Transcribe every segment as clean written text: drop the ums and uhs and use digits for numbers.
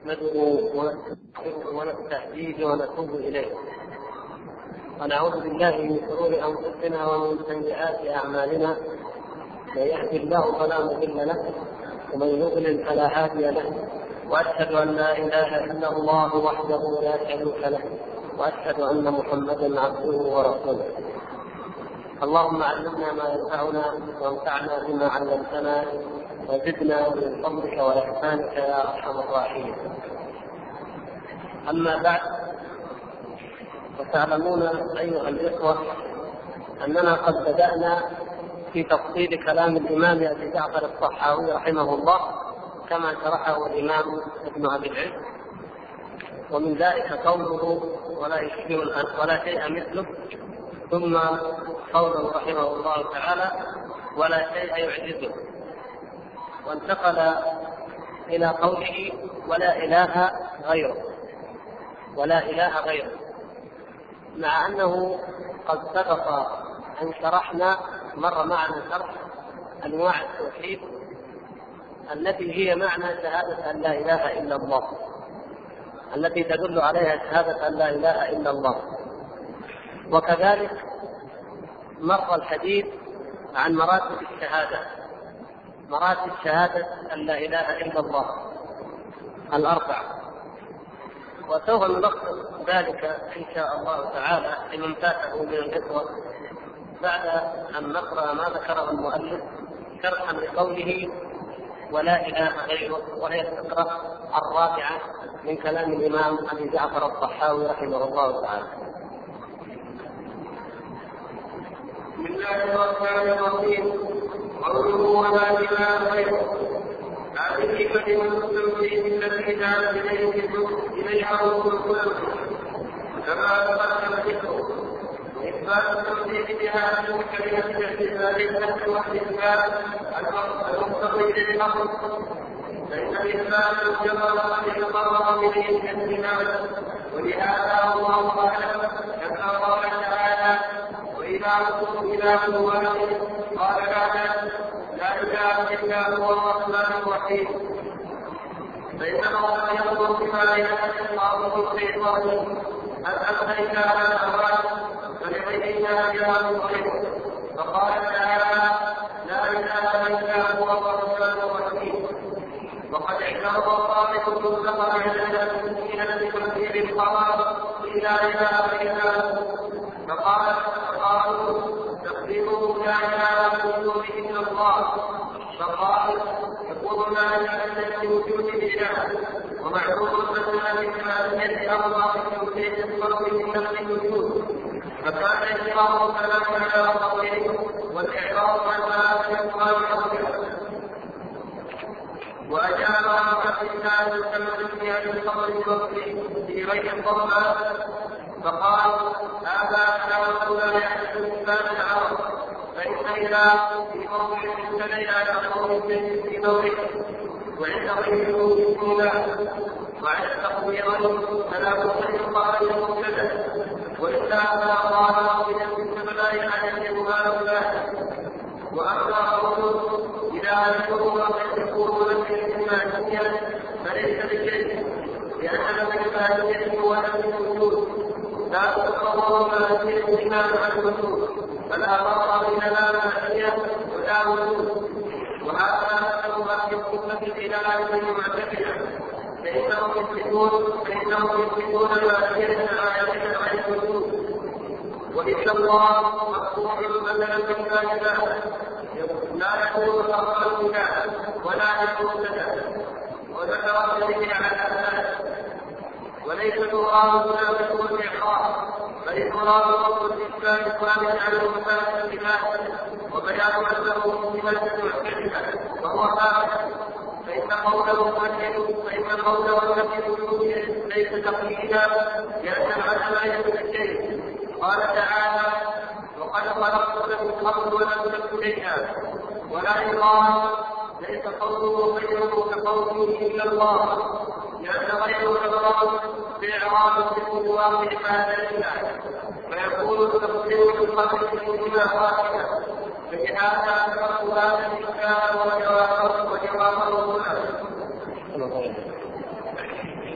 نحمده ونستغفره ونستهديه ونتوب إليه ونعوذ بالله من شرور أنفسنا ومن سيئات أعمالنا. من يهد الله فلا مضل له ومن يضلل فلا هادي له، وأشهد أن لا إله إلا الله وحده لا شريك له، وأشهد أن محمدا عبده ورسوله. اللهم علمنا ما ينفعنا وانفعنا بما علمتنا وزدنا من فضلك وإحسانك يا أرحم الراحمين. أما بعد، وتعلمون أيها الإخوة أننا قد بدأنا في تفصيل كلام الإمام أبي جعفر الطحاوي رحمه الله كما شرحه الإمام ابن أبي العز، ومن ذلك قوله ولا شيء مثله، ثم قوله رحمه الله تعالى ولا شيء يعجزه، وانتقل إلى قوله ولا إله غيره، ولا إله غيره، مع أنه قد سبق أن شرحنا مر معنا شرح أنواع التوحيد التي هي معنى شهادة أن لا إله إلا الله، التي تدل عليها شهادة أن لا إله إلا الله. وكذلك مر الحديث عن مراتب الشهادة، مراتب شهادة أن لا إله إلا الله الأربع، وسوف نلخص ذلك إن شاء الله تعالى لمن فاته من الإخوة بعد أن نقرأ ما ذكره المؤلف شرحا لقوله ولا إله غيره، وهي الفقرة الرابعة من كلام الإمام أبي جعفر الطحاوي رحمه الله تعالى. بسم الله الرحمن الرحيم. قوله ولا إله غيره، هذه كلمة التوحيد التي دعا إليها رسول الله كما تقدم ذكره. إثبات التوحيد بهذه الكلمة باعتبار النفس والاثبات المقتضي للأمر، فإن الإثبات مجرد أن يتقرب إليه كالإيمان، ولهذا الله أعلم كما قال تعالى وإلهكم إله واحد، قال بعد لا إله إلا هو الرحمن الرحيم. فإنه لا يقول بما يأتي الله في الرحيم هل أنهينا على الأموات فلغيرنا إله غيره، فقال تعالى لا إله إلا هو الرحمن الرحيم. وقد اعترض الطائف المطلق على المسلمين بتفسير القرار لا إله إلا هو، فقالوا تقديمه لا إله إلا الله، فقال يقول لا إله إلا وجود الإله، ومعلوم أن الإسلامية أرضى في توحيد الفرد من نفس الوجود، فكان إقرار الكلام على قوله والإعراض عن ما يقال قوله. وأجاب عن الإنسان المتمسك عن الفضل الوصفي في غير الضربة، فقال هذا كلام لا يحدث الإنسان العرب، فإن إله في موضع مبتدئ على قول في موضع وعند غيره اسم الله، وعلى التقديرين فلا بد من قال المبتدأ، وإلا ما قال بنفس البلاء على يقال الله. وأما قوله إذا أذكروا أن يكونوا لك إيمانيا فليس بشيء، لأن الإيمانية هو نفس الوجود، لا تتصور ما فيه الإيمان عن الوجود، فلا فرق بين لا ماهية ولا وجود. وهذا أكثر ما يكون في الإله من المعتزلة، فإنهم يثبتون الماهية عن الوجود، وإن الله مقطوع مثلا من ذلك لا يكون الأفضل إله ولا يكون لنا، وذكر ذلك على الأساس. وليس المراد هنا بكل الإعراض، بل المراد رب الإسلام الثابت على المساء الإله وبيان أنه بمسجد المعتزلة وهو ثابت. فإن قوله النبي ليس تقليدا، لأن العدل لا يكون الشيء. قال تعالى وقد خلقت من قبل ولم تكن شيئا، ولا يقال ليس قوله غيره كقوله إلا الله، لأن غيره الغرض بإعراض بالواقع ما لله، فيكون التفسير بالقدر بما واحدا. فلهذا ذكرت هذا الإشكال وجوابه هنا.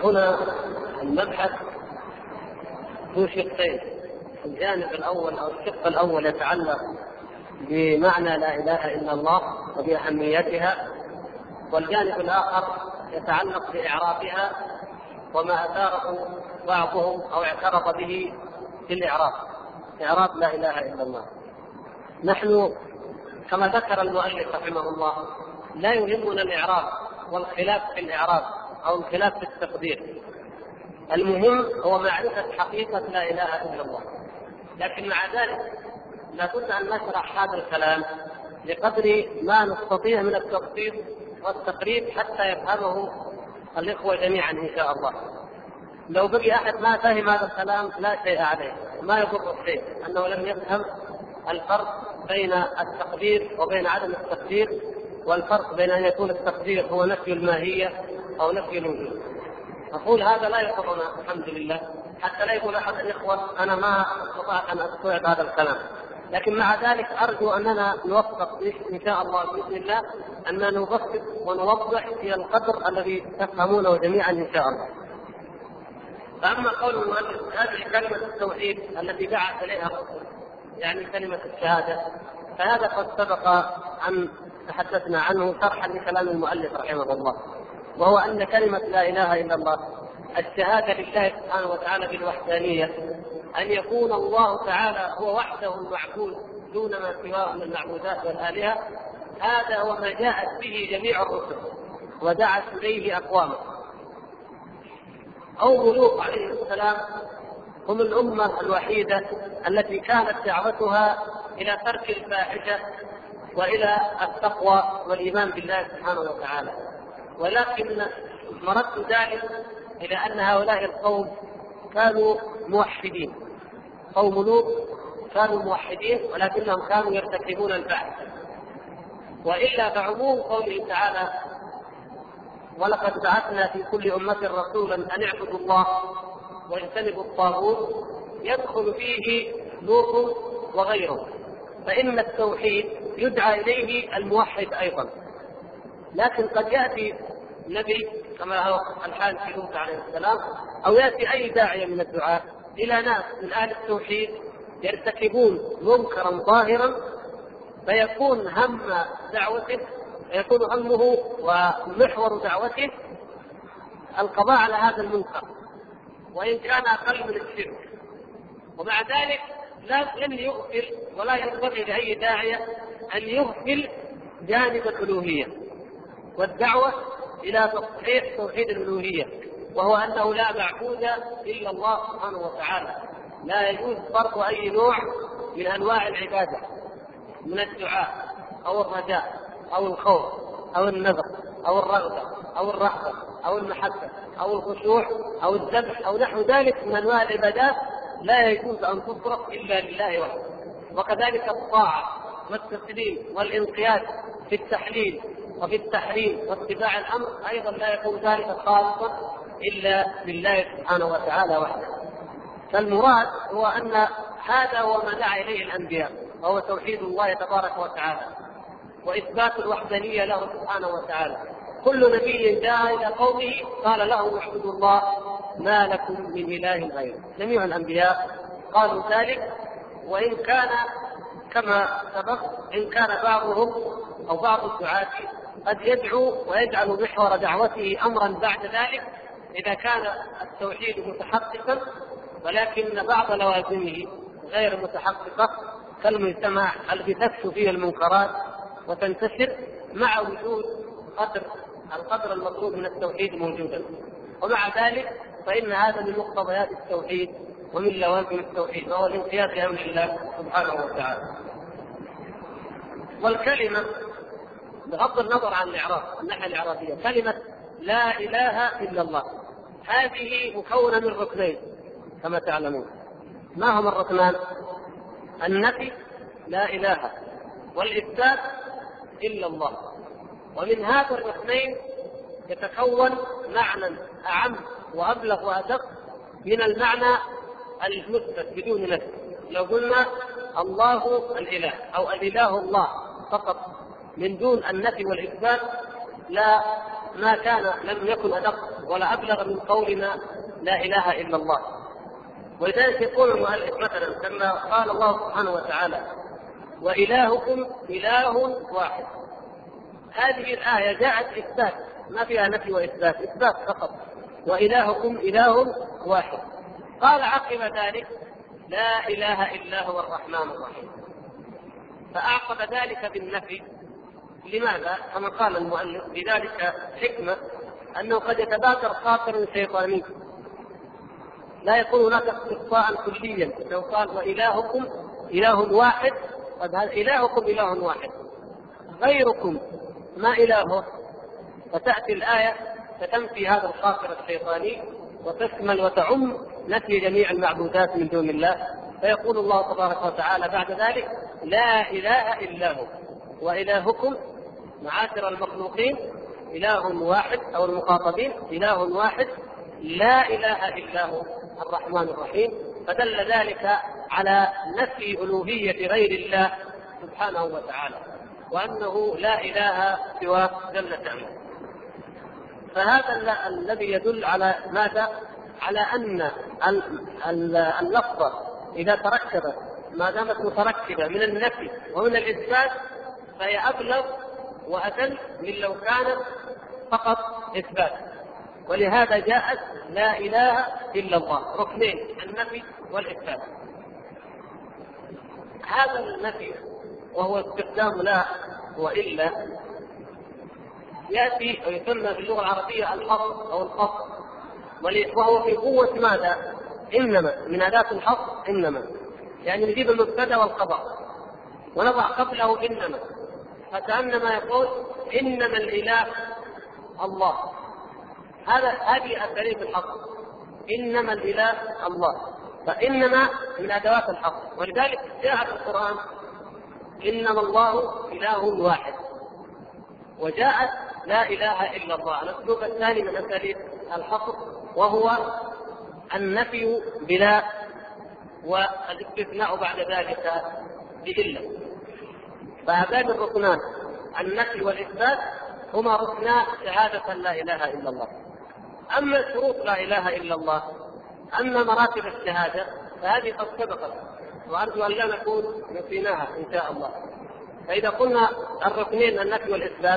هنا المبحث ذو شقين. الجانب الأول أو الشق الأول يتعلق بمعنى لا إله إلا الله وبأهميتها، والجانب الآخر يتعلق بإعرابها وما أثاره بعضهم أو اعترض به في الإعراب، إعراب لا إله إلا الله. نحن كما ذكر المؤلف رحمه الله لا يهمنا الإعراب والخلاف في الإعراب أو الخلاف في التقدير، المهم هو معرفة حقيقة لا إله إلا الله. لكن مع ذلك لابد أن نشرح هذا الكلام بقدر ما نستطيع من التبسيط والتقريب حتى يفهمه الإخوة جميعا إن شاء الله. لو بقي أحد ما فهم هذا الكلام لا شيء عليه، ما يضر الشيء أنه لم يفهم الفرق بين التقدير وبين عدم التقدير، والفرق بين أن يكون التقدير هو نفي الماهية أو نفي الوجود. أقول هذا لا يضرنا الحمد لله، حتى لا يقول أحد الإخوة أنا ما استطعت أن أستوعب هذا الكلام. لكن مع ذلك أرجو أننا نوفق إن شاء الله بإذن الله أن نبسط ونوضح في القدر الذي تفهمونه جميعا إن شاء الله. فأما قول المؤلف هذه كلمة التوحيد التي دعت إليها الرسول، يعني كلمة الشهادة، فهذا قد سبق أن تحدثنا عنه شرحا لكلام المؤلف رحمه الله، وهو أن كلمة لا إله إلا الله الشهادة لله سبحانه وتعالى بالوحدانية، أن يكون الله تعالى هو وحده المعبود دون ما سواه من المعبودات والآلهة. هذا هو ما جاءت به جميع الرسل ودعت إليه أقوامه. أو لوط عليه السلام هم الأمة الوحيدة التي كانت دعوتها إلى ترك الفاحشة وإلى التقوى والإيمان بالله سبحانه وتعالى، ولكن مرد ذلك إلى أن هؤلاء القوم كانوا موحدين. قوم لوط كانوا موحدين ولكنهم كانوا يرتكبون الفاحشة، وإلا فعموم قوله تعالى ولقد بعثنا في كل أمة رسولا أن اعبدوا الله واجتنبوا الطاغوت يدخل فيه لوط وغيره، فإن التوحيد يدعى إليه الموحد أيضا. لكن قد يأتي نبي كما هو الحال في لوط عليه السلام، أو يأتي أي داعية من الدعاة إلى ناس من أهل التوحيد يرتكبون منكرا ظاهرا، فيكون هم دعوته، يكون همه ومحور دعوته القضاء على هذا المنكر وإن كان أقل من الشرك. ومع ذلك لن يغفل ولا ينبغي لأي داعية أن يغفل جانب الألوهية والدعوة إلى تصحيح توحيد الألوهية، وهو أنه لا معبود إلا الله سبحانه وتعالى. لا يجوز صرف أي نوع من أنواع العبادة من الدعاء أو الرجاء أو الخوف أو النذر أو الرغبة أو الرهبة أو المحبة أو الخشوع أو الذبح أو نحو ذلك من أنواع العبادات، لا يجوز أن تصرف إلا لله وحده. وكذلك الطاعة والتسليم والانقياد في التحليل وفي التحريم واتباع الأمر أيضا لا يكون ذلك خالصا إلا لله سبحانه وتعالى وحده. فالمراد هو أن هذا هو ما دعا إليه الأنبياء، وهو توحيد الله تبارك وتعالى وإثبات الوحدانية له سبحانه وتعالى. كل نبي جاء إلى قومه قال لهم اعبدوا الله ما لكم من إله غيره. جميع الأنبياء قالوا ذلك، وإن كان كما سبق إن كان بعضهم أو بعض الدعاة قد يدعو ويجعل محور دعوته أمرا بعد ذلك إذا كان التوحيد متحققا، ولكن بعض لوازمه غير متحققة كالمجتمع الذي تكثر فيه المنكرات وتنتشر مع وجود القدر المطلوب من التوحيد موجودا. ومع ذلك فإن هذا من مقتضيات التوحيد ومن لوازم التوحيد، وهو الانقياد لأمر الله سبحانه وتعالى. والكلمة بغض النظر عن الإعراب الناحية الإعرابية، كلمة لا إله إلا الله هذه مكونة من ركنين كما تعلمون. ما هما الركنان؟ النفي لا إله والإثبات إلا الله. ومن هذا الركنين يتكون معنى أعم وأبلغ وأدق من المعنى المثبت بدون نفي. لو قلنا الله الإله أو الإله الله فقط من دون النفي والإثبات لا ما كان لم يكن أدق ولا أبلغ من قولنا لا إله إلا الله. ولذلك يقول المؤلف مثلا كما قال الله سبحانه وتعالى وإلهكم إله واحد. هذه الآية جاءت إثبات، ما فيها نفي وإثبات، إثبات فقط، وإلهكم إله واحد. قال عقب ذلك لا إله إلا هو الرحمن الرحيم، فأعقب ذلك بالنفي. لماذا؟ كما قال المؤلف بذلك حكمة، أنه قد يتبادر خاطر شيطاني، لا يكون هناك استقصاء كليا. لو قال وإلهكم إله واحد، قد هذا إلهكم إله واحد، غيركم ما إلهه، فتأتي الآية فتنفي هذا الخاطر الشيطاني وتشمل وتعم نفي جميع المعبودات من دون الله. فيقول الله تبارك وتعالى بعد ذلك لا إله إلا هو وإلهكم معاشر المخلوقين إله واحد، أو المخاطبين إله واحد لا إله إلا هو الرحمن الرحيم. فدل ذلك على نفي ألوهية غير الله سبحانه وتعالى، وأنه لا إله سوى جل شأنه. فهذا الذي يدل على ماذا؟ على أن اللفظة إذا تركبت ما دامت متركبة من النفي ومن الإثبات فهي أبلغ وأدل من لو كانت فقط إثبات. ولهذا جاءت لا إله إلا الله، ركنين، النفي والإثبات. هذا النفي وهو استخدام لا وإلا يأتي ويسمى في اللغة العربية الحصر أو القصر، وهو في قوة ماذا؟ إنما، من أداة الحصر إنما، يعني نجيب المبتدأ والخبر ونضع قبله إنما، فكأنما يقول إنما الإله الله. هذه أساليب الحصر، إنما الإله الله، فإنما من أدوات الحصر. ولذلك جاء في القرآن إنما الله إله واحد، وجاءت لا إله إلا الله، الأسلوب الثاني من أساليب الحصر، وهو النفي بلا والاستثناء بعد ذلك بإلا. فهذان الركنان النفي والإثبات هما ركنا شهادة لا إله إلا الله. أما شروط لا إله إلا الله، أما مراتب الشهادة فهذه قد سبقت، وأرجو أن لا نكون نسيناها إن شاء الله. فإذا قلنا الركنين النفي والإثبات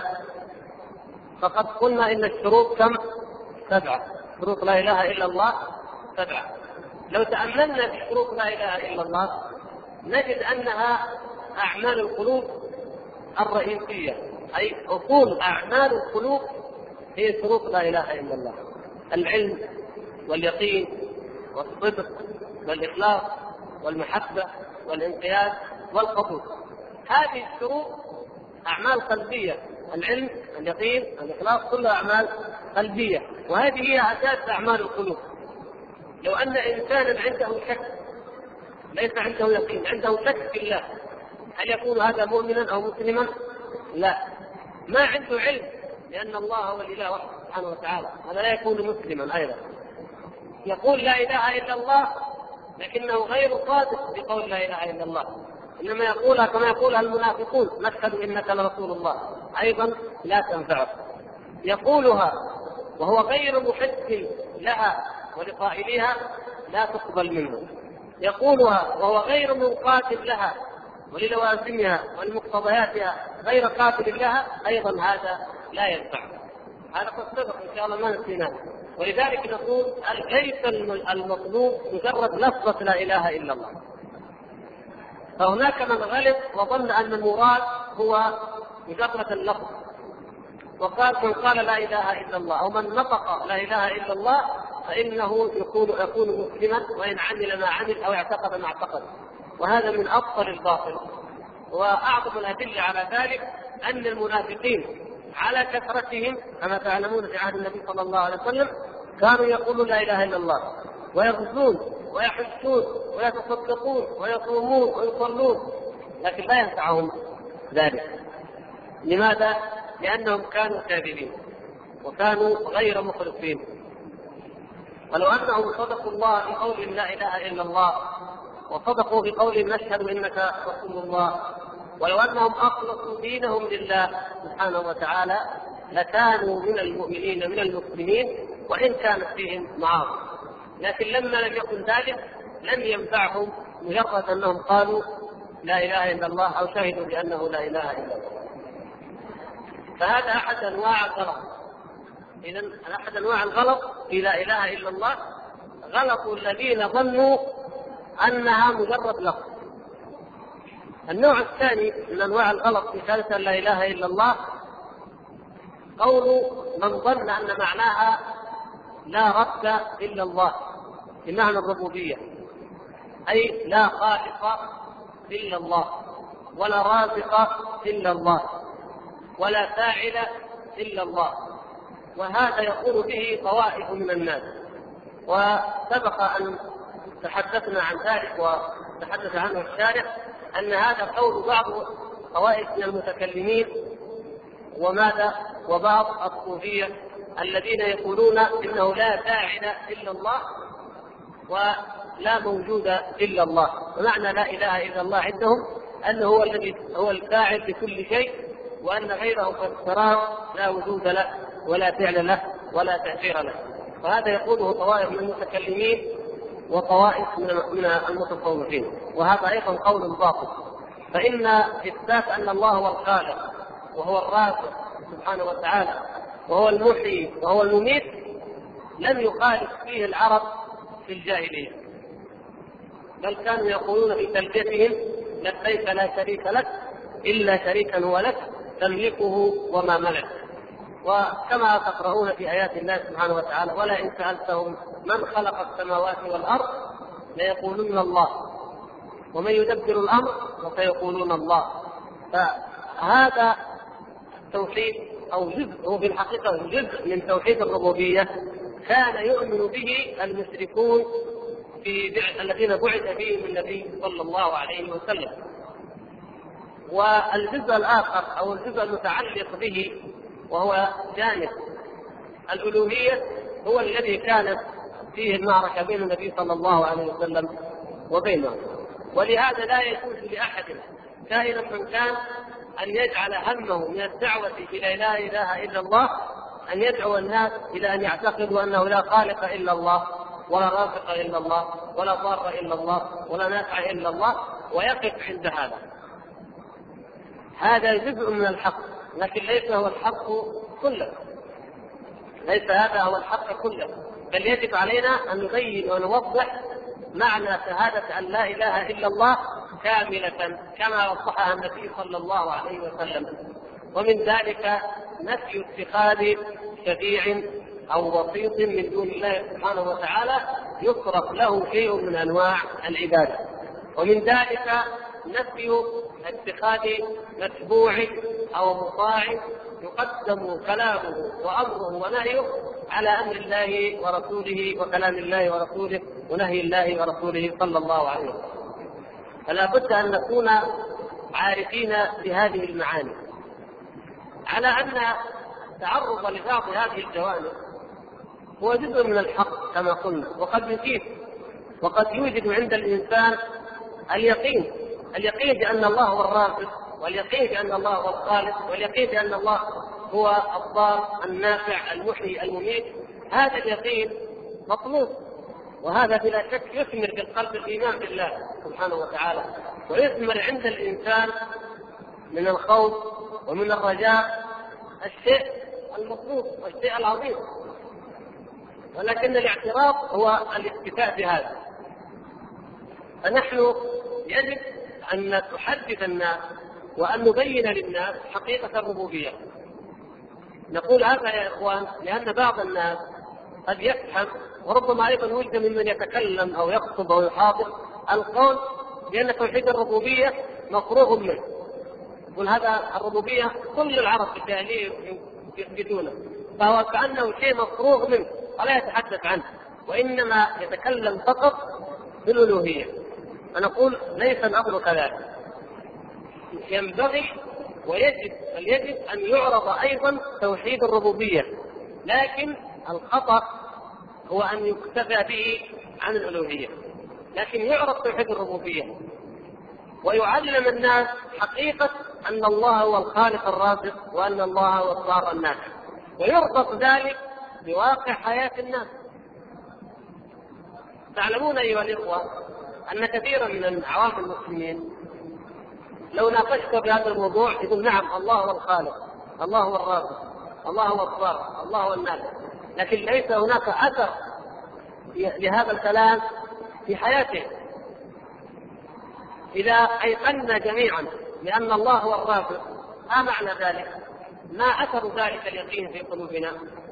فقد قلنا إن الشروط كم؟ 7. شروط لا إله إلا الله 7. لو تأملنا في شروط لا إله إلا الله نجد أنها أعمال القلوب الرئيسية، أي أصول أعمال القلوب هي شروط لا إله إلا الله: العلم واليقين والصدق والإخلاص والمحبة والانقياد والقبول. هذه الشروط أعمال قلبية، العلم اليقين الإخلاص كلها أعمال قلبية، وهذه هي أساس أعمال القلوب. لو أن إنسانا عنده شك، ليس عنده يقين، عنده شك في الله، هل يكون هذا مؤمنا أو مسلما؟ لا. ما عنده علم لأن الله هو الإله وحده سبحانه وتعالى، هذا لا يكون مسلما أيضا. يقول لا إله إلا الله لكنه غير صادق بقول لا إله إلا الله، إنما يقولها كما يقولها المنافقون: نشهد إنك لرسول الله، أيضا لا تنفعه. يقولها وهو غير محب لها ولقائلها، لا تقبل منه. يقولها وهو غير منقاد لها وللوازمها ولمقتضياتها، غير قابل لها، أيضا هذا لا ينفع. هذا قد سبق إن شاء الله ما نسيناه. ولذلك نقول ليس المطلوب مجرد لفظة لا إله إلا الله. فهناك من غلط وظن أن المراد هو مجرد اللفظ، وقال من قال لا إله إلا الله أو من نطق لا إله إلا الله فإنه يكون مسلما وإن عمل ما عمل أو اعتقد ما اعتقد، وهذا من أبطل الباطل. وأعظم الأدلة على ذلك أن المنافقين على كثرتهم كما تعلمون في عهد النبي صلى الله عليه وسلم كانوا يقولون لا إله إلا الله، ويغزون ويحجون ويتصدقون ويصومون ويصلون، لكن لا ينفعهم ذلك. لماذا؟ لأنهم كانوا كاذبين وكانوا غير مخلصين. ولو أنهم صدقوا الله بقول لا إله إلا الله وصدقوا بقول نشهد إنك رسول الله، ولو أنهم أخلصوا دينهم لله سبحانه وتعالى لكانوا من المؤمنين من المسلمين وإن كانت فيهم معاصي، لكن لما لم يكن ذلك لم ينفعهم مجرد أنهم قالوا لا إله إلا الله أو شهدوا بأنه لا إله إلا الله. فهذا أحد أنواع الغلط. إذن أحد أنواع الغلط في لا إله إلا الله غلط الذين ظنوا أنها مجرد لفظ. النوع الثاني من أنواع الغلط في شهادة لا إله إلا الله قول من ظن أن معناها لا رب إلا الله بمعنى الربوبية، أي لا خالق إلا الله ولا رازق إلا الله ولا فاعل إلا الله. وهذا يقول به طوائف من الناس، وسبق أن تحدثنا عن ذلك وتحدث عنه الشارح أن هذا قول بعض طوائف من المتكلمين وبعض الصوفية الذين يقولون إنه لا فاعل إلا الله ولا موجود إلا الله. ومعنى لا إله إلا الله عندهم أنه هو الذي هو الفاعل بكل شيء، وأن غيره كالفراغ لا وجود له ولا فعل له ولا تأثير له. وهذا يقوله طوائف من المتكلمين وطوائف من المتصوفين، وهذا أيضا قول باطل. فإن إثبات أن الله هو الخالق وهو الرازق سبحانه وتعالى وهو المحيي وهو المميت لم يخالف فيه العرب في الجاهلية، بل كانوا يقولون في تلبيتهم لبيك لا شريك لك إلا شريكا هو لك تملكه وما ملك. وكما تقرؤون في آيات الله سبحانه وتعالى ولا إن سألتهم من خلق السماوات والأرض ليقولون الله ومن يدبر الأمر وسيقولون الله. فهذا التوحيد أو جزء هو في الحقيقة جزء من توحيد الربوبية كان يؤمن به المشركون الذين بعث فيهم النبي صلى الله عليه وسلم. والجزء الآخر أو الجزء المتعلق به وهو جانب الألوهية هو الذي كانت فيه المعركة بين النبي صلى الله عليه وسلم وبينه. ولهذا لا يجوز لأحد كائنا من كان أن يجعل همه من الدعوة إلى لا إله إلا الله أن يدعو الناس إلى أن يعتقدوا أنه لا خالق إلا الله ولا رازق إلا الله ولا ضار إلا الله ولا نافع إلا الله ويقف عند هذا. هذا جزء من الحق، لكن ليس هو الحق كله، ليس هذا هو الحق كله، بل يجب علينا أن نبين ونوضح معنى شهادة أن لا إله إلا الله كاملة كما وضحها النبي صلى الله عليه وسلم. ومن ذلك نفي اتخاذ شفيع أو وسيط من دون الله سبحانه وتعالى يصرف له شيء من أنواع العبادة. ومن ذلك نفي اتخاذ متبوع أو مطاع يقدم كلامه وأمره ونهيه على أمر الله ورسوله وكلام الله ورسوله ونهي الله ورسوله صلى الله عليه وسلم. فلا بد أن نكون عارفين بهذه المعاني، على أن تعرض لبعض هذه الجوانب هو جزء من الحق كما قلنا، وقد يفيد وقد يوجد عند الإنسان اليقين بأن الله هو الرازق، واليقين بأن الله هو الخالق، واليقين بأن الله هو الضار النافع المحيي المميت. هذا اليقين مطلوب، وهذا بلا شك يثمر في القلب الإيمان بالله سبحانه وتعالى، ويثمر عند الإنسان من الخوف ومن الرجاء الشيء المطلوب والشيء العظيم. ولكن الاعتراض هو الاكتفاء بهذا. فنحن يجب أن نحدث الناس وأن نبين للناس حقيقة الربوبية. نقول هذا يا إخوان لأن بعض الناس قد يفهم، وربما أيضا وجد ممن يتكلم أو يخطب أو يحاضر القول بأن توحيد الربوبية مفروغ منه. يقول هذا الربوبية كل العرب في الجاهلية يثبتونه، فهو كأنه شيء مفروغ منه ولا يتحدث عنه، وإنما يتكلم فقط بالألوهية. فنقول ليس الأمر كذلك، ينبغي ويجب أن يعرض أيضا توحيد الربوبية، لكن الخطأ هو أن يكتفى به عن الألوهية، لكن يعرض توحيد الربوبية ويعلم الناس حقيقة أن الله هو الخالق الرازق وأن الله هو الضار النافع. ويربط ذلك بواقع حياة الناس. تعلمون أيها الإخوة أن كثيرا من عوام المسلمين لو ناقشت في هذا الموضوع يقول نعم الله هو الخالق، الله هو الرازق، الله هو الضار، الله هو النافع، لكن ليس هناك أثر لهذا الكلام في حياته. إذا أيقنا جميعا بأن الله هو الرازق، ما معنى ذلك؟ ما أثر ذلك اليقين في قلوبنا؟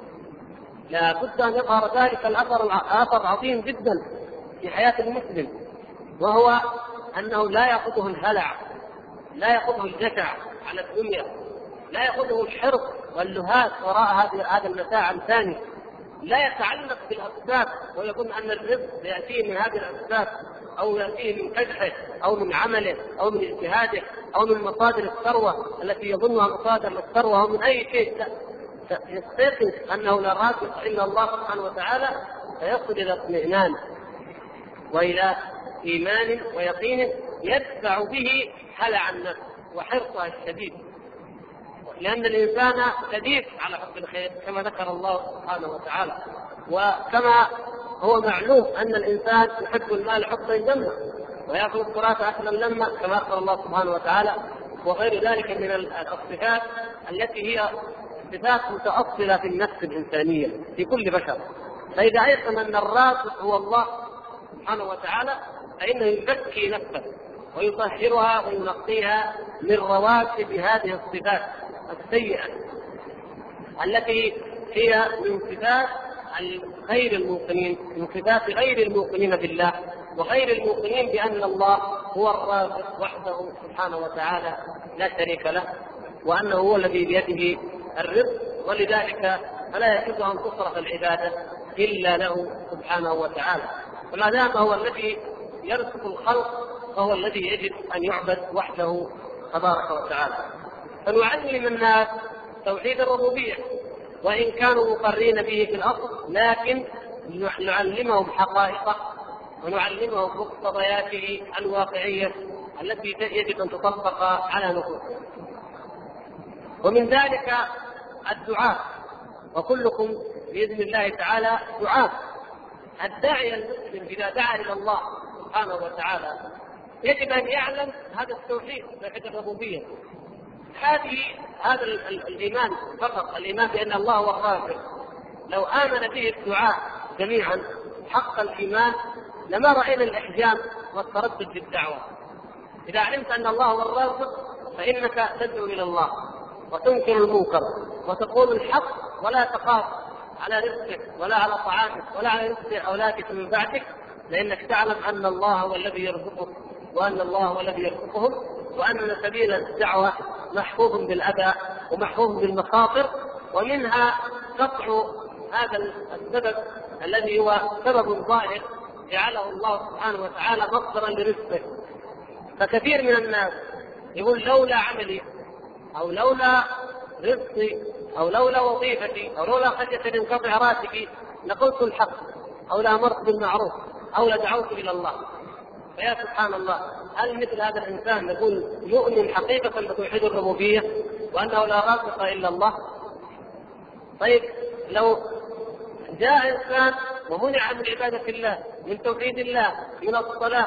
لا بد أن يظهر ذلك الأثر عظيم جدا في حياة المسلم، وهو أنه لا يأخذه الهلع، لا يأخذه الجشع على الدنيا، لا يأخذه الحرص واللهات وراء هذا المتاع الثاني، لا يتعلق بالأسباب ويظن أن الرزق يأتيه من هذه الأسباب أو يأتيه من كدحه أو من عمله أو من اجتهاده أو من مصادر الثروة التي يظنها مصادر الثروة أو من أي شيء. يستيقظ أنه لا رازق إلا الله سبحانه وتعالى، فيصل إلى اطمئنان وإلى إيمان ويقين يدفع به هلع النفس وحرصها الشديد، لأن الإنسان شديد على حب الخير كما ذكر الله سبحانه وتعالى، وكما هو معلوم أن الإنسان يحب المال حبا جما ويأكل التراث أكلا لما كما أخبر الله سبحانه وتعالى، وغير ذلك من الصفات التي هي صفات متأصلة في النفس الإنسانية في كل بشر. فإذا أيقن أن الرازق هو الله سبحانه وتعالى فإنه يزكي نفسه ويطهرها وينقيها من رواتب هذه الصفات السيئة التي هي من صفات غير الموقنين، من صفات غير الموقنين بالله وغير الموقنين بأن الله هو الرازق وحده سبحانه وتعالى لا شريك له، وأنه هو الذي بيده الرزق، ولذلك فلا يجوز أن تصرف العبادة إلا له سبحانه وتعالى. فما دام هو الذي يرزق الخلق فهو الذي يجب أن يعبد وحده تبارك وتعالى. فنعلم الناس توحيد الربوبية وإن كانوا مقرين به في الأصل، لكن نعلمهم حقائقه ونعلمهم مقتضياته الواقعية التي يجب أن تطبق على نفوسهم. ومن ذلك الدعاء، وكلكم بإذن الله تعالى دعاء. الداعي المسلم إذا دعا إلى الله سبحانه وتعالى يجب أن يعلم هذا التوحيد، توحيد الربوبية. هذا الإيمان فقط، الإيمان بأن الله هو الرازق، لو آمن به الدعاء جميعا حق الإيمان لما رأينا الإحجام والتردد في الدعوة. إذا علمت أن الله هو الرازق فإنك تدعو إلى الله وتنكر المنكر وتقول الحق ولا تخاف على رزقك ولا على طعامك ولا على رزق أولادك من بعدك، لأنك تعلم أن الله هو الذي يرزقك وأن الله هو الذي يرزقهم، وأن سبيل الدعوة محفوظ بالأذى ومحفوظ بالمخاطر، ومنها قطع هذا السبب الذي هو سبب ظاهر جعله الله سبحانه وتعالى مصدرا لرزقه. فكثير من الناس يقول لولا عملي أو لولا رزقي أو لولا وظيفتي أو لولا خشية أن ينقطع راتبي لقلت الحق أو لأمرت بالمعروف أو لدعوت إلى الله. فيا سبحان الله، هل مثل هذا الإنسان يقول يؤمن حقيقة بتوحيد الربوبية وأنه لا رازق إلا الله؟ طيب لو جاء إنسان ومنع من عبادة الله، من توحيد الله، من الصلاة،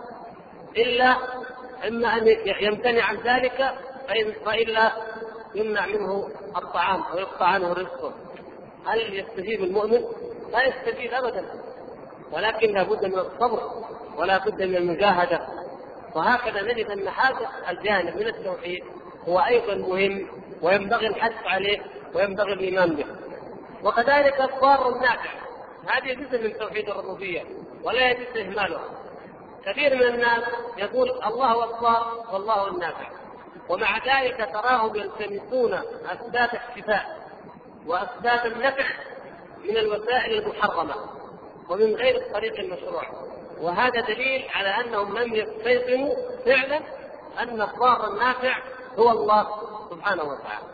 إلا إما أن يمتنع عن ذلك فإلا يمنع منه الطعام ويقطع عنه رزقه، هل يستجيب المؤمن؟ لا يستجيب أبدا، ولكن لا بد من الصبر ولا بد من المجاهدة. وهكذا نجد أن هذا الجانب من التوحيد هو أيضا مهم وينبغي الحث عليه وينبغي الإيمان به. وكذلك الضار النافع، هذه جزء من توحيد الربوبية ولا يجوز إهماله. كثير من الناس يقول الله هو الضار والله النافع، ومع ذلك تراهم يلتمسون أسباب الشفاء وأسباب النفع من الوسائل المحرمة ومن غير الطريق المشروع، وهذا دليل على أنهم لم يستيقنوا فعلا أن الضار النافع هو الله سبحانه وتعالى.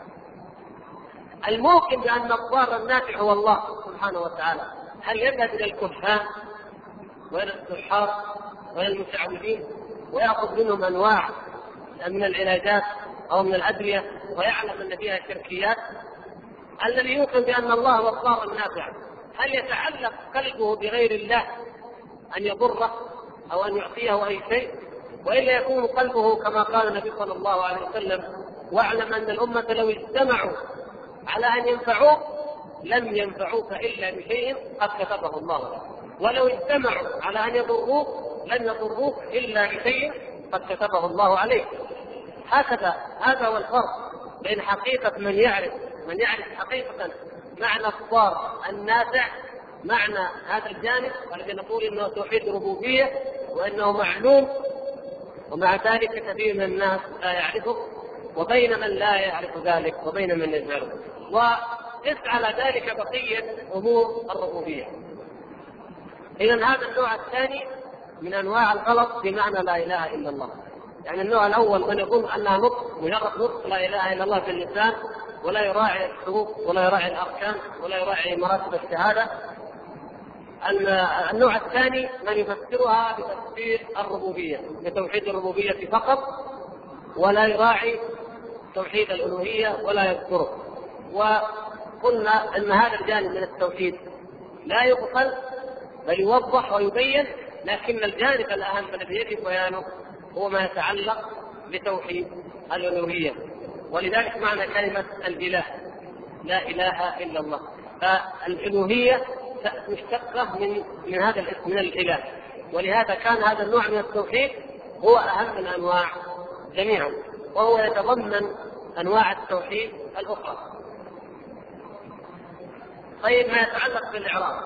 الممكن بأن الضار النافع هو الله سبحانه وتعالى، هل يذهب إلى الكهان وإلى السحار وإلى المشعوذين ويأخذ منهم أنواع من العلاجات أو من الأدوية ويعلم أن فيها شركيات؟ الذي يوقن بأن الله هو الضار النافع، هل يتعلق قلبه بغير الله أن يضره أو أن يعطيه أي شيء؟ وإلا يكون قلبه كما قال النبي صلى الله عليه وسلم: واعلم أن الأمة لو اجتمعوا على أن ينفعوك لم ينفعوك إلا بشيء قد كتبه الله لك، ولو اجتمعوا على أن يضروك لن يضروك إلا بشيء قد كتبه الله عليك. هكذا هذا هو الفرق بين حقيقة من يعرف حقيقة معنى الضار النافع، معنى هذا الجانب الذي نقول انه توحيد ربوبيه وانه معلوم ومع ذلك كثير من الناس لا يعرفه، وبين من لا يعرف ذلك وبين من يجهله، وقس على ذلك بقيه امور الربوبيه. اذا هذا النوع الثاني من انواع الغلط في معنى لا اله الا الله. يعني النوع الاول من يقول انها نطق، مجرد نطق لا اله الا الله في اللسان ولا يراعي الحروف ولا يراعي الاركان ولا يراعي مراتب الشهاده. النوع الثاني من يفسرها بتفسير الربوبيه، بتوحيد الربوبيه فقط، ولا يراعي توحيد الالوهيه ولا يذكره. وقلنا ان هذا الجانب من التوحيد لا يغفل بل يوضح ويبين، لكن الجانب الاهم الذي يجب بيانه هو ما يتعلق بتوحيد الالوهيه. ولذلك معنى كلمه الاله لا اله الا الله، فالالوهيه مشتقه من هذا الاسم من الاله، ولهذا كان هذا النوع من التوحيد هو اهم الانواع جميعا، وهو يتضمن انواع التوحيد الاخرى. طيب، ما يتعلق بالاعراب،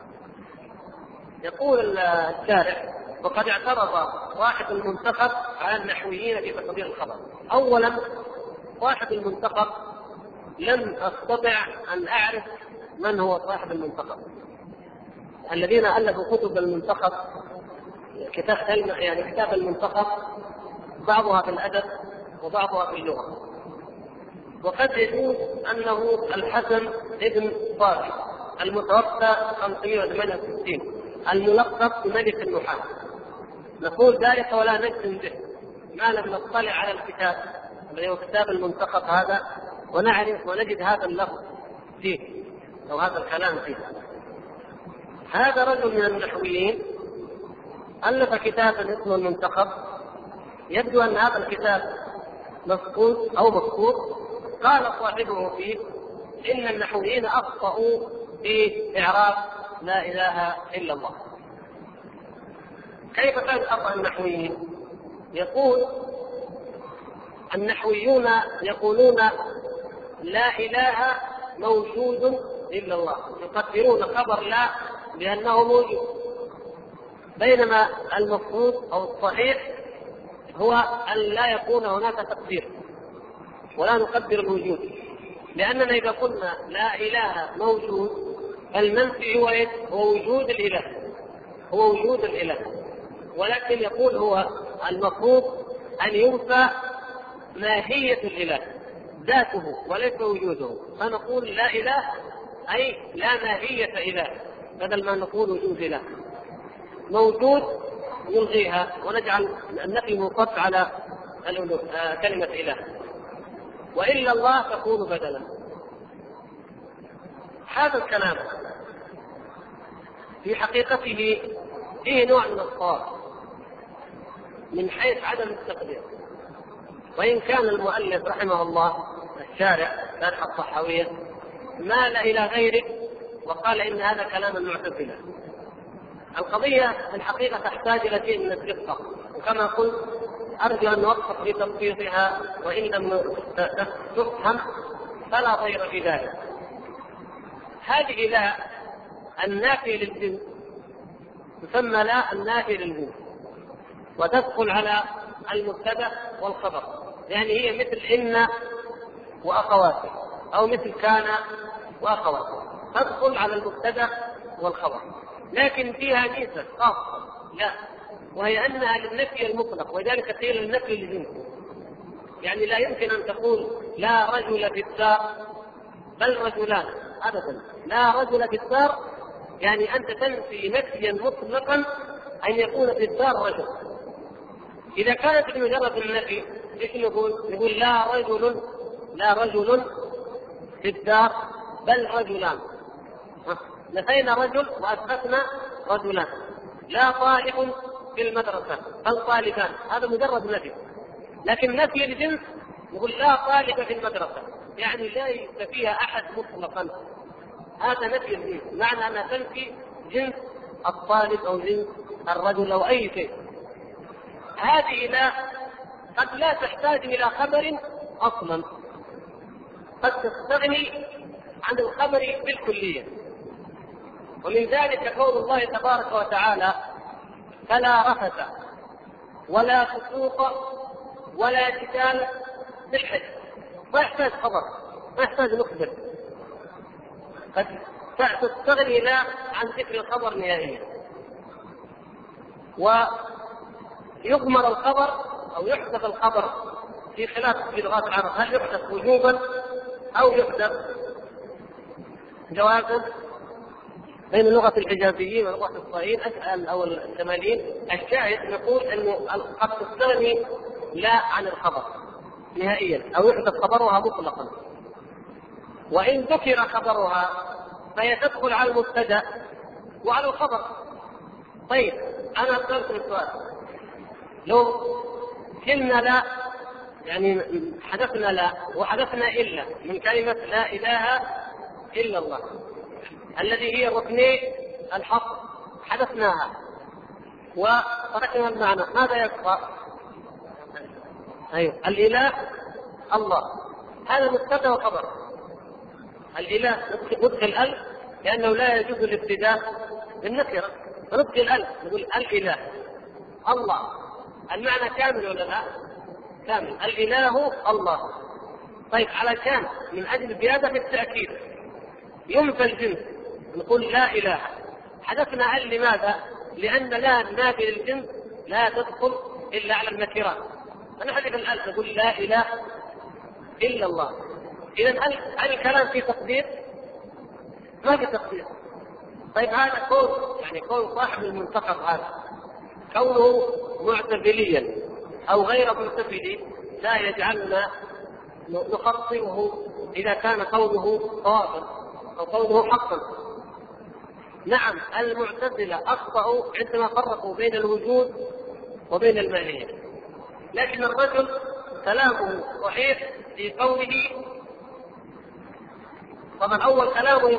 يقول الشارع: وقد اعترض صاحب المنتخب على النحويين في تقدير الخبر. اولا، صاحب المنتخب لم استطع ان اعرف من هو صاحب المنتخب. الذين الفوا كتب المنتخب، كتاب المنتخب بعضها في الادب وبعضها في اللغه، وقد يجوز انه الحسن ابن صالح المتوفى 568 الملقب بملك النحاة. نقول ذلك ولا نجزم به ما لم نطلع على الكتاب الذي هو كتاب المنتخب هذا ونعرف ونجد هذا اللفظ فيه أو هذا الكلام فيه. هذا رجل من النحويين ألف كتابا اسمه المنتخب. يبدو أن هذا الكتاب مفقود أو مذكور. قال صاحبه فيه إن النحويين أخطأوا في إعراب لا إله إلا الله. كيف كان خطأ النحويين؟ يقول النحويون يقولون لا إله موجود إلا الله، يقدرون خبر لا بأنه موجود، بينما المفروض أو الصحيح هو أن لا يكون هناك تقدير ولا نقدر الوجود، لأننا إذا قلنا لا إله موجود المنفي هو وجود الإله، هو وجود الإله، ولكن يقول هو المفروض أن ينفى ماهية الإله ذاته وليس وجوده، فنقول لا إله أي لا ماهية إله بدل ما نقول وجود إله. موجود نلغيها ونجعل النفي منقطع على كلمة إله، وإلا الله تكون بدلا. هذا الكلام في حقيقته فيه نوع من الصواب من حيث عدم التقدير، وإن كان المؤلف رحمه الله الشارع شارح الطحاوية مال إلى غيره وقال إن هذا كلام المعتزلة. القضية في الحقيقة تحتاج إلى شيء من الدقة، وكما قلت أرجو أن نوقف في تنفيذها، وإن لم تفهم فلا ضير في ذلك. هذه لا النافي للجنس تسمى لا النافي للجنس، وتدخل على المبتدأ والخبر، يعني هي مثل إن وأخواته أو مثل كان وأخواته، تدخل على المبتدأ والخبر، لكن فيها ميزة خاصة لا، وهي أنها للنفي المطلق، وذلك قيل النفي للجنس. يعني لا يمكن أن تقول لا رجل في الدار بل رجلان، أبدا، لا رجل في الدار، يعني أنت تنفي نفيا مطلقا أن يكون في الدار رجل. إذا كانت بمجرد النفي إيش نقول؟ نقول لا رجل في الدار بل رجلان. نفينا رجل وأثبتنا رجلان. لا طالب في المدرسة بل طالبان، هذا مجرد نفي. لكن نفي الجنس نقول لا طالب في المدرسة، يعني ليس فيها أحد مطلقا، هذا نفي الجنس، معنى أنها تنفي جنس الطالب أو جنس الرجل أو أي شيء. هذه لا قد لا تحتاج إلى خبر أصلا، قد تستغني عن الخبر بالكلية. ومن ذلك قول الله تبارك وتعالى: فلا رفث ولا فسوق ولا جدال في الحج. ما يحتاج خبر، ما يحتاج مخبر، قد تستغني لا عن ذكر الخبر نهائيا. ويضمر الخبر أو يحدث الخبر في خلاف في لغات العرب، هل يحدث وجوبا أو يحدث جوازا؟ بين لغة الحجازيين ولغة الصهيين أو الشماليين الشاهد نقول أنه قد تستغني لا عن الخبر نهائيا أو يحدث خبرها مطلقا. وإن ذكر خبرها فهي تدخل على المبتدأ وعلى الخبر. طيب أنا أسألكم السؤال: لو قلنا لا، يعني حدثنا لا وحدثنا إلا من كلمة لا إله إلا الله الذي هي ركني الحصر، حدثناها وتركنا المعنى، ماذا يبقى؟ أيوه الإله الله، هذا مبتدأ وخبر. الإله ندخل الألف لأنه لا يجوز الابتداء بالنكرة، فندخل الألف نقول الإله الله، المعنى كامل ولا لا؟ كامل. الإله الله. طيب علشان من أجل زيادة التأكيد ينفى الجنس نقول لا إله. حدثنا ال لماذا؟ لأن لا نافي للجنس لا تدخل إلا على النكرات، فنحذف الألف نقول لا إله إلا الله. إذا هل الكلام في تقدير؟ ما في تقدير. طيب هذا كون صاحب المنتقد هذا كونه معتزليا أو غير معتزلي لا يجعلنا نخصمه إذا كان قوله صوابا أو قوله حقا. نعم المعتزلة أخطأوا عندما فرقوا بين الوجود وبين الماهية، لكن الرجل كلامه صحيح في قوله. طبعا أول كلامه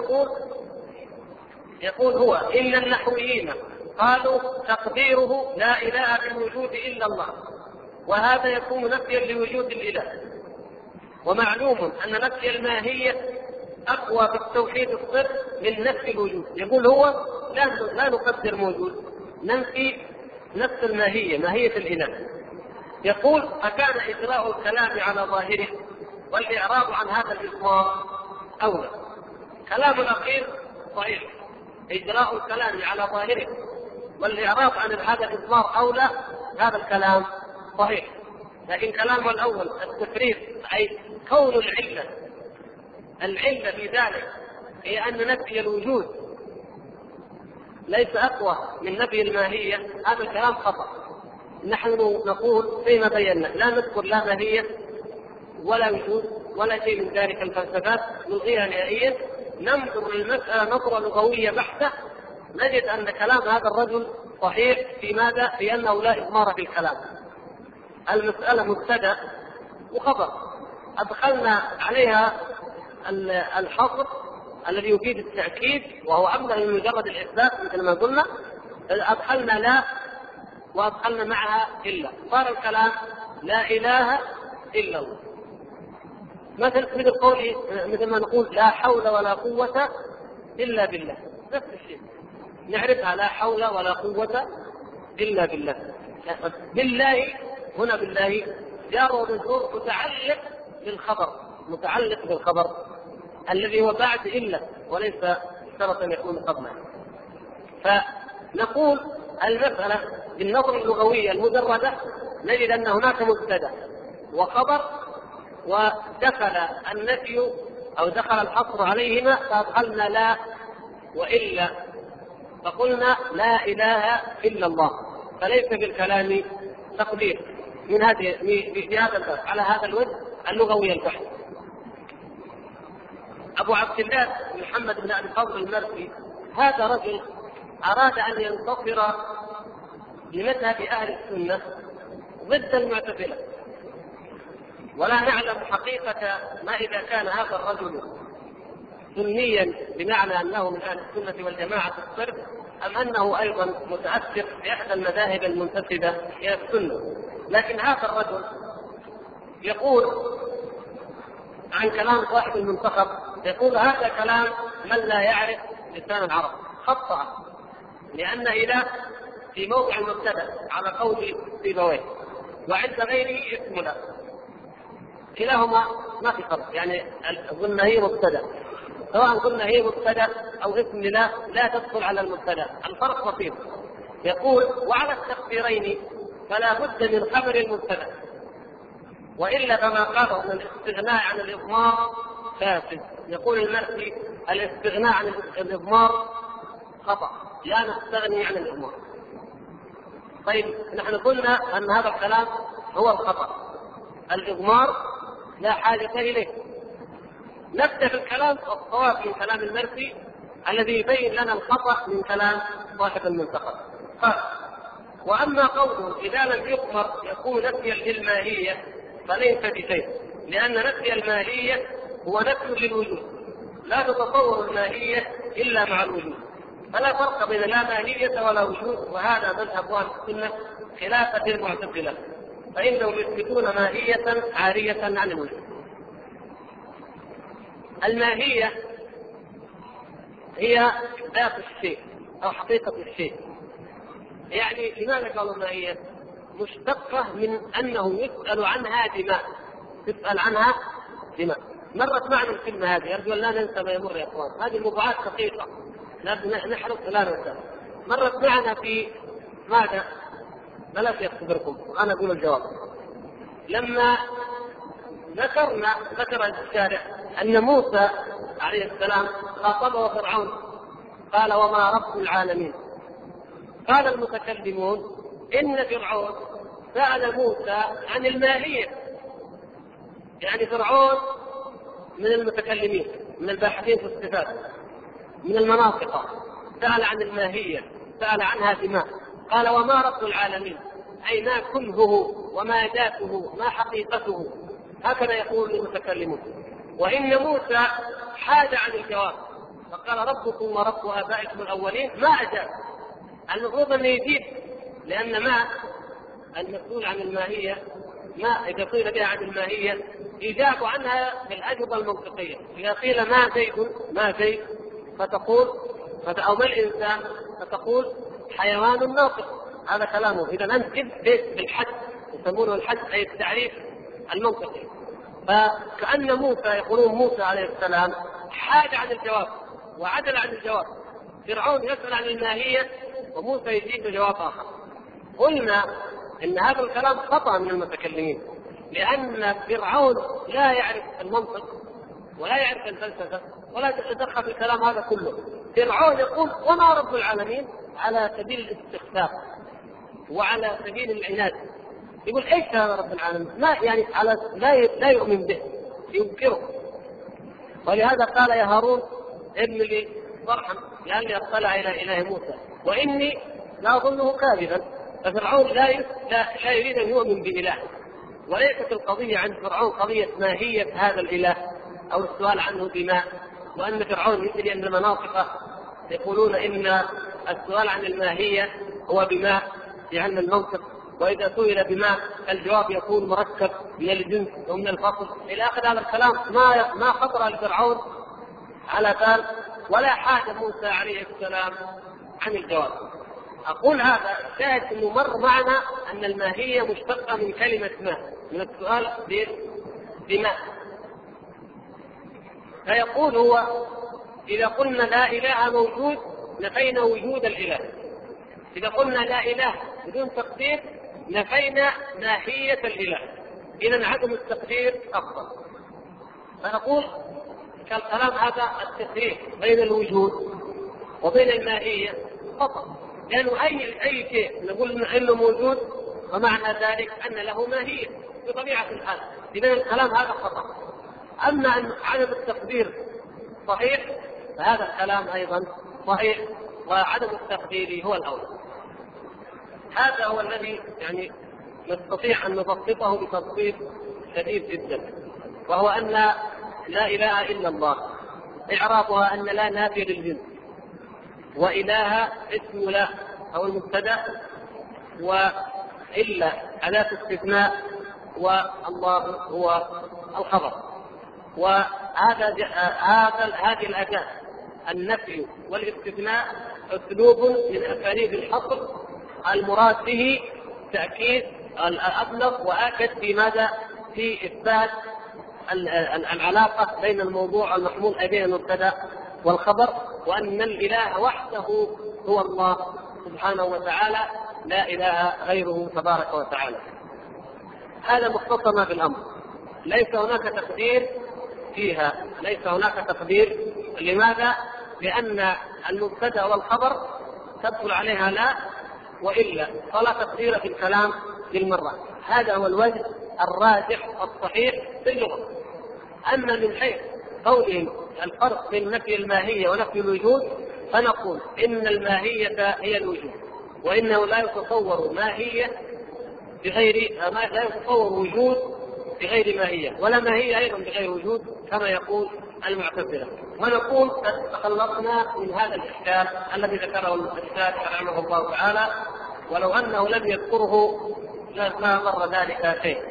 يقول هو إن النحويين قالوا تقديره لا إله في الوجود إلا الله، وهذا يكون نفيا لوجود الإله. ومعلوم أن نفي الماهية أقوى في التوحيد الصرف من نفي الوجود. يقول هو لا نقدر موجود، ننفي نفس الماهية، ماهية الإله. يقول فكان إجراء الكلام على ظاهره والإعراض عن هذا الإطلاق أولى. كلام الأخير صحيح، إجراء الكلام على ظاهره والإعراض عن هذا الإطلاق أولى، هذا الكلام صحيح. لكن كلام الأول التفريق، أي كون العلة في ذلك هي أن نفي الوجود ليس أقوى من نفي الماهية، هذا الكلام خطأ. نحن نقول فيما بينا لا نذكر لا ماهية ولا وجود ولا شيء من ذلك الفلسفات نلغيها نهائيا، ننظر للمسألة نظرة لغوية بحتة، نجد أن كلام هذا الرجل صحيح في ماذا؟ في أنه لا إضمار في الكلام. المسألة مبتدأ وخبر، أدخلنا عليها الحصر الذي يفيد التأكيد وهو أبلغ من مجرد الإثبات مثل ما قلنا، أدخلنا لا وأدخلنا معها إلا، صار الكلام لا إله إلا الله. مثل ما نقول لا حول ولا قوة إلا بالله، نفس الشيء نعرفها، لا حول ولا قوة إلا بالله. بالله هنا بالله جار ومجرور متعلق بالخبر الذي هو بعد إلا وليس شرطا يكون قبله. فنقول المسألة بالنظر اللغوية المجردة نجد أن هناك مبتدأ وخبر، ودخل النفي أو دخل الحصر عليهما فأدخلنا لا وإلا، فقلنا لا إله إلا الله، فليس بالكلام تقدير من هذه في هذا الباب على هذا الوجه اللغوي البحث. أبو عبد الله محمد بن أبي الفضل المرسي هذا رجل أراد أن ينتصر بمذهب أهل السنة ضد المعتزلة، ولا نعلم حقيقة ما إذا كان هذا الرجل سنيا بمعنى أنه من أهل السنة والجماعة الصرف، أم أنه أيضا متأثر بإحدى المذاهب المنتسبة إلى السنة. لكن هذا الرجل يقول عن كلام صاحب المنتخب، يقول هذا كلام من لا يعرف لسان العرب، خطأ، لأن إله في موضع المبتدأ على قول سيبويه، وعند غيره اسم له، كلاهما ما في فرق، يعني قلنا هي مبتدأ، سواء قلنا هي مبتدأ أو اسم له لا تدخل على المبتدأ، الفرق بسيط. يقول وعلى التقديرين فلا بد من خبر المبتدأ، وإلا كما قالوا أن الاستغناء عن الإضمار فاسد. يقول المرسي الاستغناء عن الإضمار خطأ، لا نستغني عن الإضمار. طيب نحن قلنا أن هذا الكلام هو الخطأ، الإضمار لا حاجة إليه. نبدأ بالكلام الصواب من كلام المرسي الذي يبين لنا الخطأ من كلام صاحب المنتخب. قال وأما قوله إذا لم يقمر يكون نفيا للماهية فليس بشيء، لأن نفي الماهية هو نفي للوجود، لا تتصور الماهية إلا مع الوجود، فلا فرق بين لا ماهية ولا وجود، وهذا مذهب أهل السنة خلافا للمعتزلة، فإنهم يثبتون ماهية عارية عن الوجود. الماهية هي ذات الشيء أو حقيقة الشيء. يعني لماذا قالوا ماهية؟ مشتقة من أنه يسأل عنها دماء، تسأل عنها دماء. مرت معنا الكلمة هذه، أرجو أن لا ننسى ما يمر يا أخوان، هذه الموضوعات دقيقة لازم نحرص لا ننسى. مرت معنا في ماذا؟ بلاش يختبركم، أنا أقول الجواب. لما ذكر الشارع أن موسى عليه السلام خاطبه فرعون قال وما رب العالمين، قال المتكلمون إن فرعون سأل موسى عن الماهية، يعني فرعون من المتكلمين من الباحثين في الصفات من المناطق، سأل عن الماهية، سأل عنها دماء، قال وما رب العالمين، أي ما كنهه وما ذاته ما حقيقته، هكذا يقول المتكلمون. وإن موسى حاد عن الجواب فقال ربكم ورب آبائكم الأولين، ما أجاب. المفروض أن يجيب، لأن ما المسؤول عن الماهية ما إذا قيل بها عن الماهية يجاب عنها بالأجوبة المنطقية. إذا قيل ما زيد فتقول أو ما الإنسان فتقول حيوان ناطق، هذا كلامه. إذا أنت جئت بالحد، يسمونه الحد أي التعريف المنطقي. فكأن موسى يقولون موسى عليه السلام حاد عن الجواب وعدل عن الجواب. فرعون يسأل عن الماهية وموسى يجيب بجواب آخر. قلنا إن هذا الكلام خطأ من المتكلمين، لأن فرعون لا يعرف المنطق ولا يعرف الفلسفة ولا يتدخل في الكلام هذا كله. فرعون يقول وما رب العالمين على سبيل الاستخفاف وعلى سبيل العناد، يقول ايش هذا رب العالمين؟ ما يعني على لا يؤمن به، ينكره. ولهذا قال يا هارون ابن لي صرحا لأني أطلع إلى إله موسى وإني لا أظنه كاذبا. ففرعون لا يريد أن يؤمن بإله، وليست القضية عند فرعون قضية ماهية هذا الإله أو السؤال عنه بماء، وأن فرعون يدري أن المناطق يقولون إن السؤال عن الماهية هو بماء لأن المنطق، وإذا سئل بماء الجواب يكون مركب من الجنس ومن الفصل إلى آخر هذا الكلام. ما خطر لفرعون على بال ولا حاجة موسى عليه السلام عن الجواب. أقول هذا شاهد أنه مر معنا أن الماهية مشتقة من كلمة ماء، من السؤال بماء. فيقول هو إذا قلنا لا إله موجود نفينا وجود الإله، إذا قلنا لا إله بدون تقدير نفينا ماهية الإله، إذا عدم التقدير أفضل. فنقول كالكلام هذا التفريق بين الوجود وبين الماهية خطأ، لأنه أي شيء نقول إنه موجود ومعنى ذلك أن له ماهية بطبيعة الحال، إذا الكلام هذا خطأ. أما عدم التقدير صحيح فهذا الكلام أيضا صحيح، وعدم التقدير هو الأولى. هذا هو الذي يعني نستطيع أن نبسطه بتبسيط شديد جدا، وهو أن لا إله إلا الله إعرابها أن لا نافية للجنس، وإله اسم لا أو المبتدأ، وإلا أداة استثناء، والله هو الخبر. هذه الأداة النفي والاستثناء أسلوب من أساليب الحصر المراد به تأكيد الأبلغ وآكد في ماذا؟ في إثبات العلاقة بين الموضوع والمحمول أي بين المبتدأ والخبر، وأن الإله وحده هو الله سبحانه وتعالى، لا إله غيره تبارك وتعالى. هذا مختصر ما في الأمر، ليس هناك تقدير فيها، ليس هناك تقدير. لماذا؟ لأن المبتدأ والخبر تدخل عليها لا وإلا، فلا تقدير في الكلام بالمرة. هذا هو الوجه الراجح الصحيح في اللغة. أما من حيث قولهم الفرق بين نفي الماهية ونفي الوجود، فنقول إن الماهية هي الوجود، وإنه لا يتصور ماهية بغير لا يتصور وجود بغير ماهية، ولا ماهية أيضا بغير وجود كما يقول المعتزلة. ونقول قد تخلصنا من هذا الإشكال الذي ذكره الأستاذ رحمه الله تعالى، ولو أنه لم يذكره ما ضر ذلك شيء.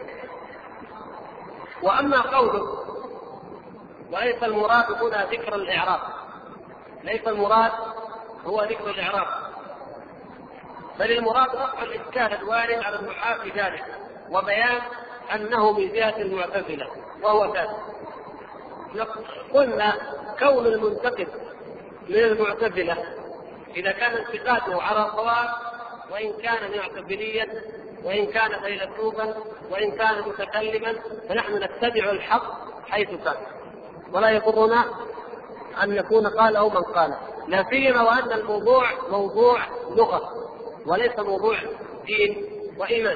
وأما قوله وليس المراد هنا ذكر الإعراب، ليس المراد هو ذكر الإعراب، بل المراد رفع الإشكال الوارد على النحاة في ذلك، وبيان أنه من جهة المعتزلة وهو ذلك. قلنا كون المنتقد من المعتزلة إذا كان انتقاده على الصواب، وإن كان معتزليا، وإن كان فيلسوفا، وإن كان متكلما، فنحن نتبع الحق حيث كان، ولا يضرنا أن يكون قاله من قاله، لا سيما وأن الموضوع موضوع لغة وليس موضوع دين وإيمان.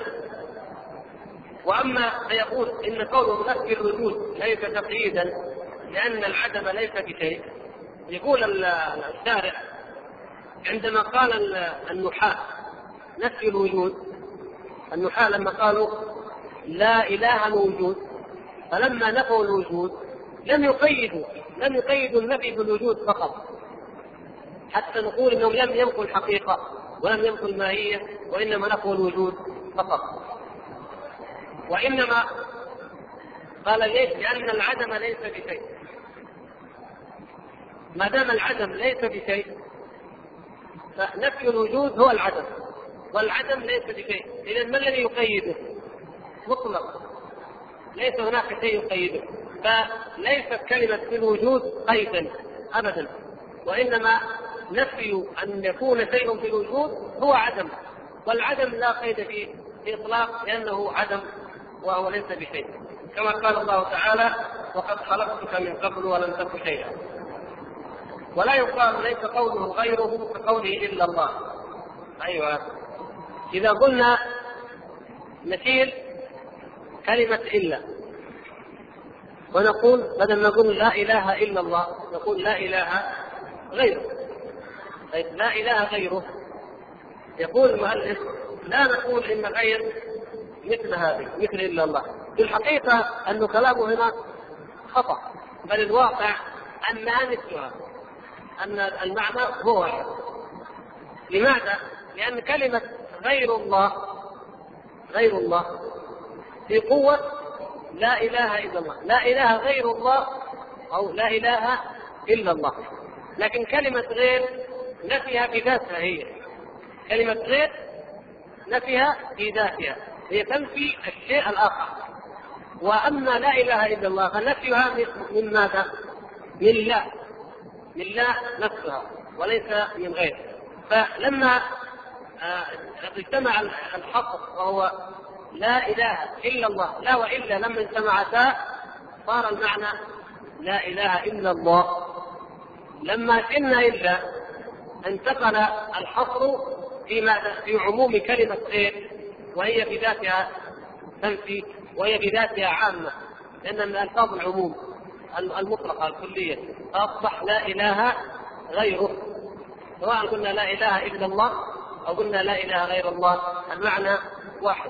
وأما فيقول إن قوله نفي الوجود ليس تقييدا لأن العدم ليس بشيء، يقول الشارع عندما قال النحاة نفي الوجود، النحاة لما قالوا لا إله موجود، فلما نفوا الوجود لم يقيدوا النفي بالوجود فقط، حتى نقول انهم لم ينفوا الحقيقة ولم ينفوا الماهية، وإنما نفوا الوجود فقط. وإنما قال ليش؟ لأن العدم ليس بشيء. ما دام العدم ليس بشيء فنفي الوجود هو العدم، والعدم ليس بشيء. إذن ما الذي يقيده؟ مطلق، ليس هناك شيء يقيده، فليست كلمة في الوجود قيدا أبدا، وإنما نفي أن يكون شيء في الوجود هو عدم، والعدم لا قيد فيه بإطلاق لأنه عدم وهو ليس بشيء، كما قال الله تعالى وقد خلقتك من قبل ولم تك شيئا. ولا يقال ليس قوله غيره كقوله إلا الله. أيوة، إذا قلنا نشيل كلمة إلا ونقول بدل ما نقول لا إله إلا الله نقول لا إله غيره. طيب لا إله غيره، يقول المؤلف لا نقول إن غير مثل هذه مثل إلا الله. في الحقيقة أن كلامه هنا خطأ، بل الواقع أنها مثلها، أن المعنى هو واحد. لماذا؟ لأن كلمة غير الله في قوة لا إله إلا الله، لا إله غير الله أو لا إله إلا الله. لكن كلمة غير نفيها بذاتها، هي كلمة غير نفيها بذاتها، هي تنفي الشيء الآخر. وأما لا إله إلا الله فنفيها من ماذا؟ من لا نفسها وليس من غير. فلما اجتمع الحصر وهو لا إله إلا الله، لا وإلا لما اجتمعتا صار المعنى لا إله إلا الله. لما كنا إلا انتقل الحصر في ماذا؟ في عموم كلمة غير، وهي بذاتها تنفي، وهي بذاتها عامة، لأن من ألفاظ العموم المطلقة الكلية، فأصبح لا إله غيره، سواء قلنا لا إله إلا الله أو قلنا لا إله غير الله، المعنى واحد.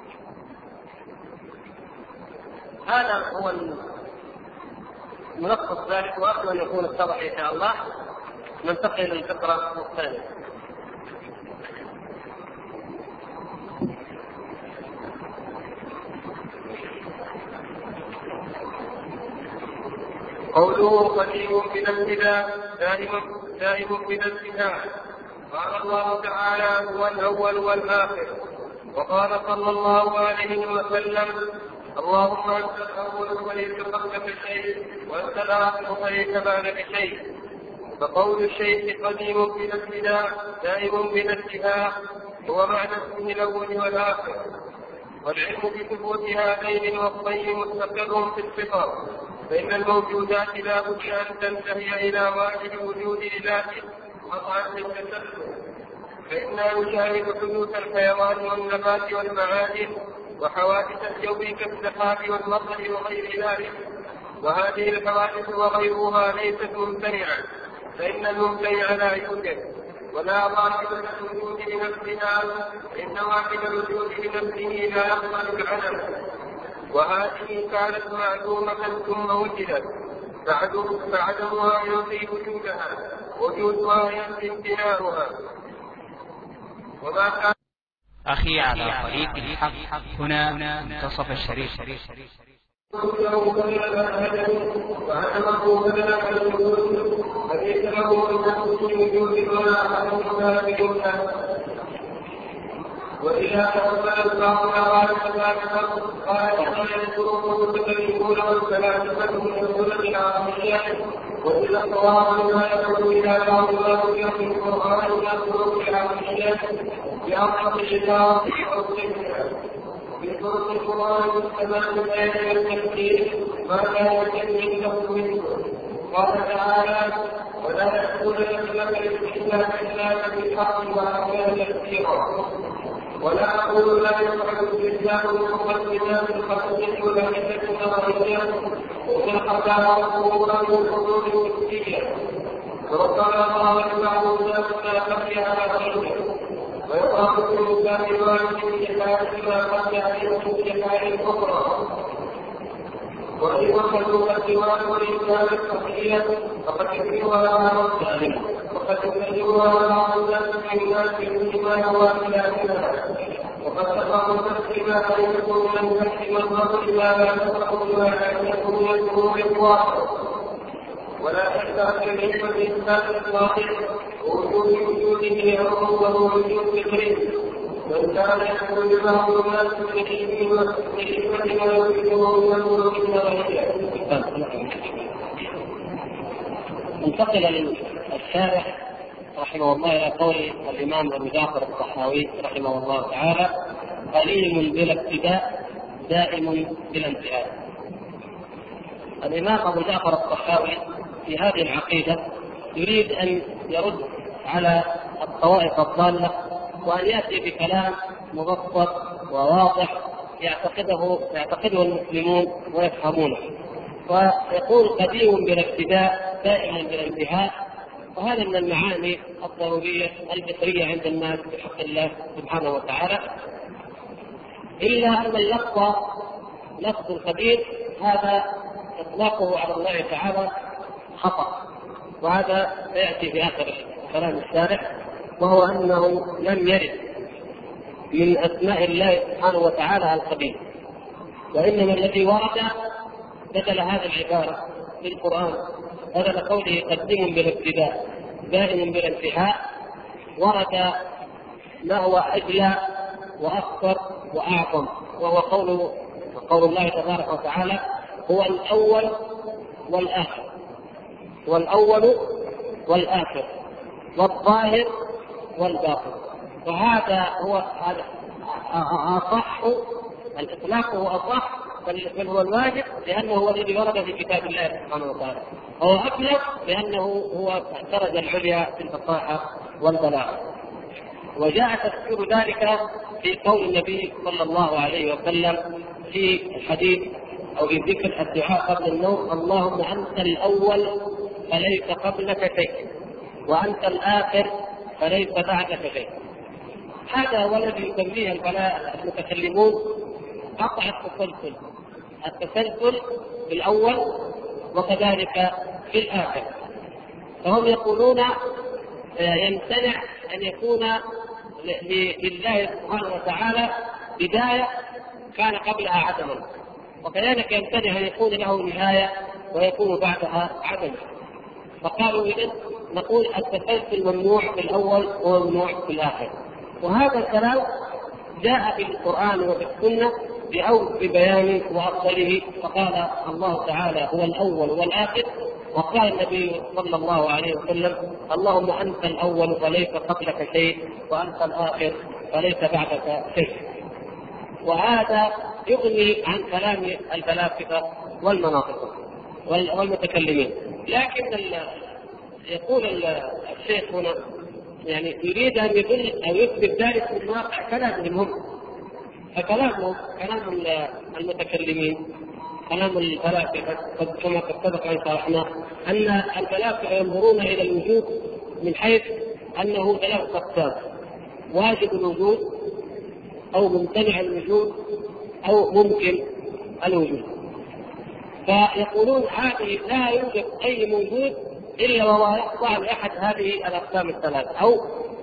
هذا هو ملخص ذلك، وأرجو أن يكون اتضح إن شاء الله. ننتقل للفقرة الثانية. قوله قديم بلا ابتداء دائم بلا انتهاء. قال الله تعالى: هو الأول والآخر. وقال صلى الله عليه وسلم: اللهم أنت الأول وليس قبلك شيء، وأنت الآخر وليس بعدك شيء. فقول الشيخ قديم بلا ابتداء دائم بلا انتهاء هو معنى اسمه الأول والآخر. والعلم بثبوت هذين الوصفين مستقر في الفطر، فإن الموجودات لا بد أن تنتهي إلى واجب وجود لذاته قطعا بالتسلسل، فإنا نشاهد حدوث الحيوان والنبات والمعادن وحوادث الجو كالسحاب والمطر وغير ذلك، وهذه الحوادث وغيرها ليست ممتنعة، فإن الممتنع لا يوجد، ولا ظاهر الوجود بنفسها، إن واحد الوجود بنفسه لا يقبل العدم، وهذه كانت معلومة ثم وجدت، فعدمها ينفي وجودها ينفي امتناعها. وما كان أخي على طريق الحق هنا منتصف الشريف. له بدلا وعدمه بدلا على الوجود، فليس له ان يكون وجود ولا احد بدونه. وإذا تقبل الله تعالى ذلك قال تعالى: يذكرون المتكلمون والفلاسفة من السنة العربية، وإذا الصواب مما يدعو إلى بعض الله في القرآن يذكر في العربية بأمر الشيطان في طرق القرآن كما بيان التفسير ما لا يتم له منه. قال تعالى: ولا يأكل لك إلا بالحق وأحيانا كثيرا. ولا أقول لا يفعل الإسلام المقدمات الخطية ولا يتكون رجال وتلقى وقولا بالحدود الوسطية، وربما ظهر بعض الناس لا خفي على غيره، ويقام في الإسلام الواجب بشفاعة ما قد عليه من شفاعة أخرى. وإن وصلوا الديوان والإسلام الصحية فقد يكفيها بعض الناس من الناس بما هو خلافها، وقد تقع تسليما ان يكون من الفتح والنصر ما لا تقع بما ان يكون من الظهور الواقع، ولا تحتاج العلم باثبات الواقع ووجوده وهو وجود فكري، وان كان يحكم ببعض الناس من حكمه ويوجده ينظر في غيره. انتقل للشارح رحمه الله إلى قول الإمام أبو جعفر الطحاوي رحمه الله تعالى: قديم بلا ابتداء دائم بلا انتهاء. الإمام أبو جعفر الطحاوي في هذه العقيدة يريد أن يرد على الطوائف الضالة، وأن يأتي بكلام مبسط وواضح يعتقده المسلمون ويفهمونه، ويقول: قديم بلا ابتداء دائم بلا انتهاء. وهذا من المعاني الضرورية الفطرية عند الناس بحق الله سبحانه وتعالى، إلا أن لفظ القديم هذا إطلاقه على الله تعالى خطأ، وهذا سيأتي في آخر كلام الشارح، وهو أنه لم يرد من أسماء الله سبحانه وتعالى القديم، وإنما الذي ورد بدل هذه العبارة في القرآن بدل قوله قديم بلا ابتداء دائم بلا انتهاء ورد ما هو أجلى وأكثر وأعظم، وهو قول الله تبارك وتعالى: هو الأول والآخر، والأول والآخر والظاهر والباطن. وهذا هو أصح، الإطلاق هو أصح، بل هو الواجب، لأنه هو الذي ورد في كتاب الله سبحانه وتعالى. هو أبلغ لأنه هو الدرجة العليا في الفصاحة والبلاغة. وجاء تفسير ذلك في قول النبي صلى الله عليه وسلم في الحديث أو في ذكر الدعاء قبل النوم: اللهم أنت الأول فليس قبلك شيء، وأنت الآخر فليس بعدك شيء. هذا هو الذي يسميه المتكلمون قطع التسلسل، التسلسل في الأول وكذلك في الآخر. فهم يقولون يمتنع أن يكون لله سبحانه وتعالى بداية كان قبلها عدما، وكذلك يمتنع أن يكون له نهاية ويكون بعدها عدما. فقالوا إذن نقول التسلسل ممنوع في الأول وممنوع في الآخر. وهذا الكلام جاء في القرآن وفي السنة ببيان وأفضله. فقال الله تعالى: هو الأول والآخر. وقال النبي صلى الله عليه وسلم: اللهم أنت الأول فليس قبلك شيء، وأنت الآخر فليس بعدك شيء. وهذا يغني عن كلام الفلاسفة والمناطق والمتكلمين. لكن يقول الشيخ هنا يعني يريد أن يدل أو يثبت ذلك من واقع كلامهم هم. فكلامهم كلام المتكلمين، كلام الفلاسفة كما سبق أن شرحنا أن الفلاسفة ينظرون إلى الوجود من حيث أنه ثلاث أقسام: واجب الوجود، أو ممتنع الوجود، أو ممكن الوجود. فيقولون هذه لا يوجد أي موجود إلا وهو يخضع لأحد هذه الأقسام الثلاثة، أو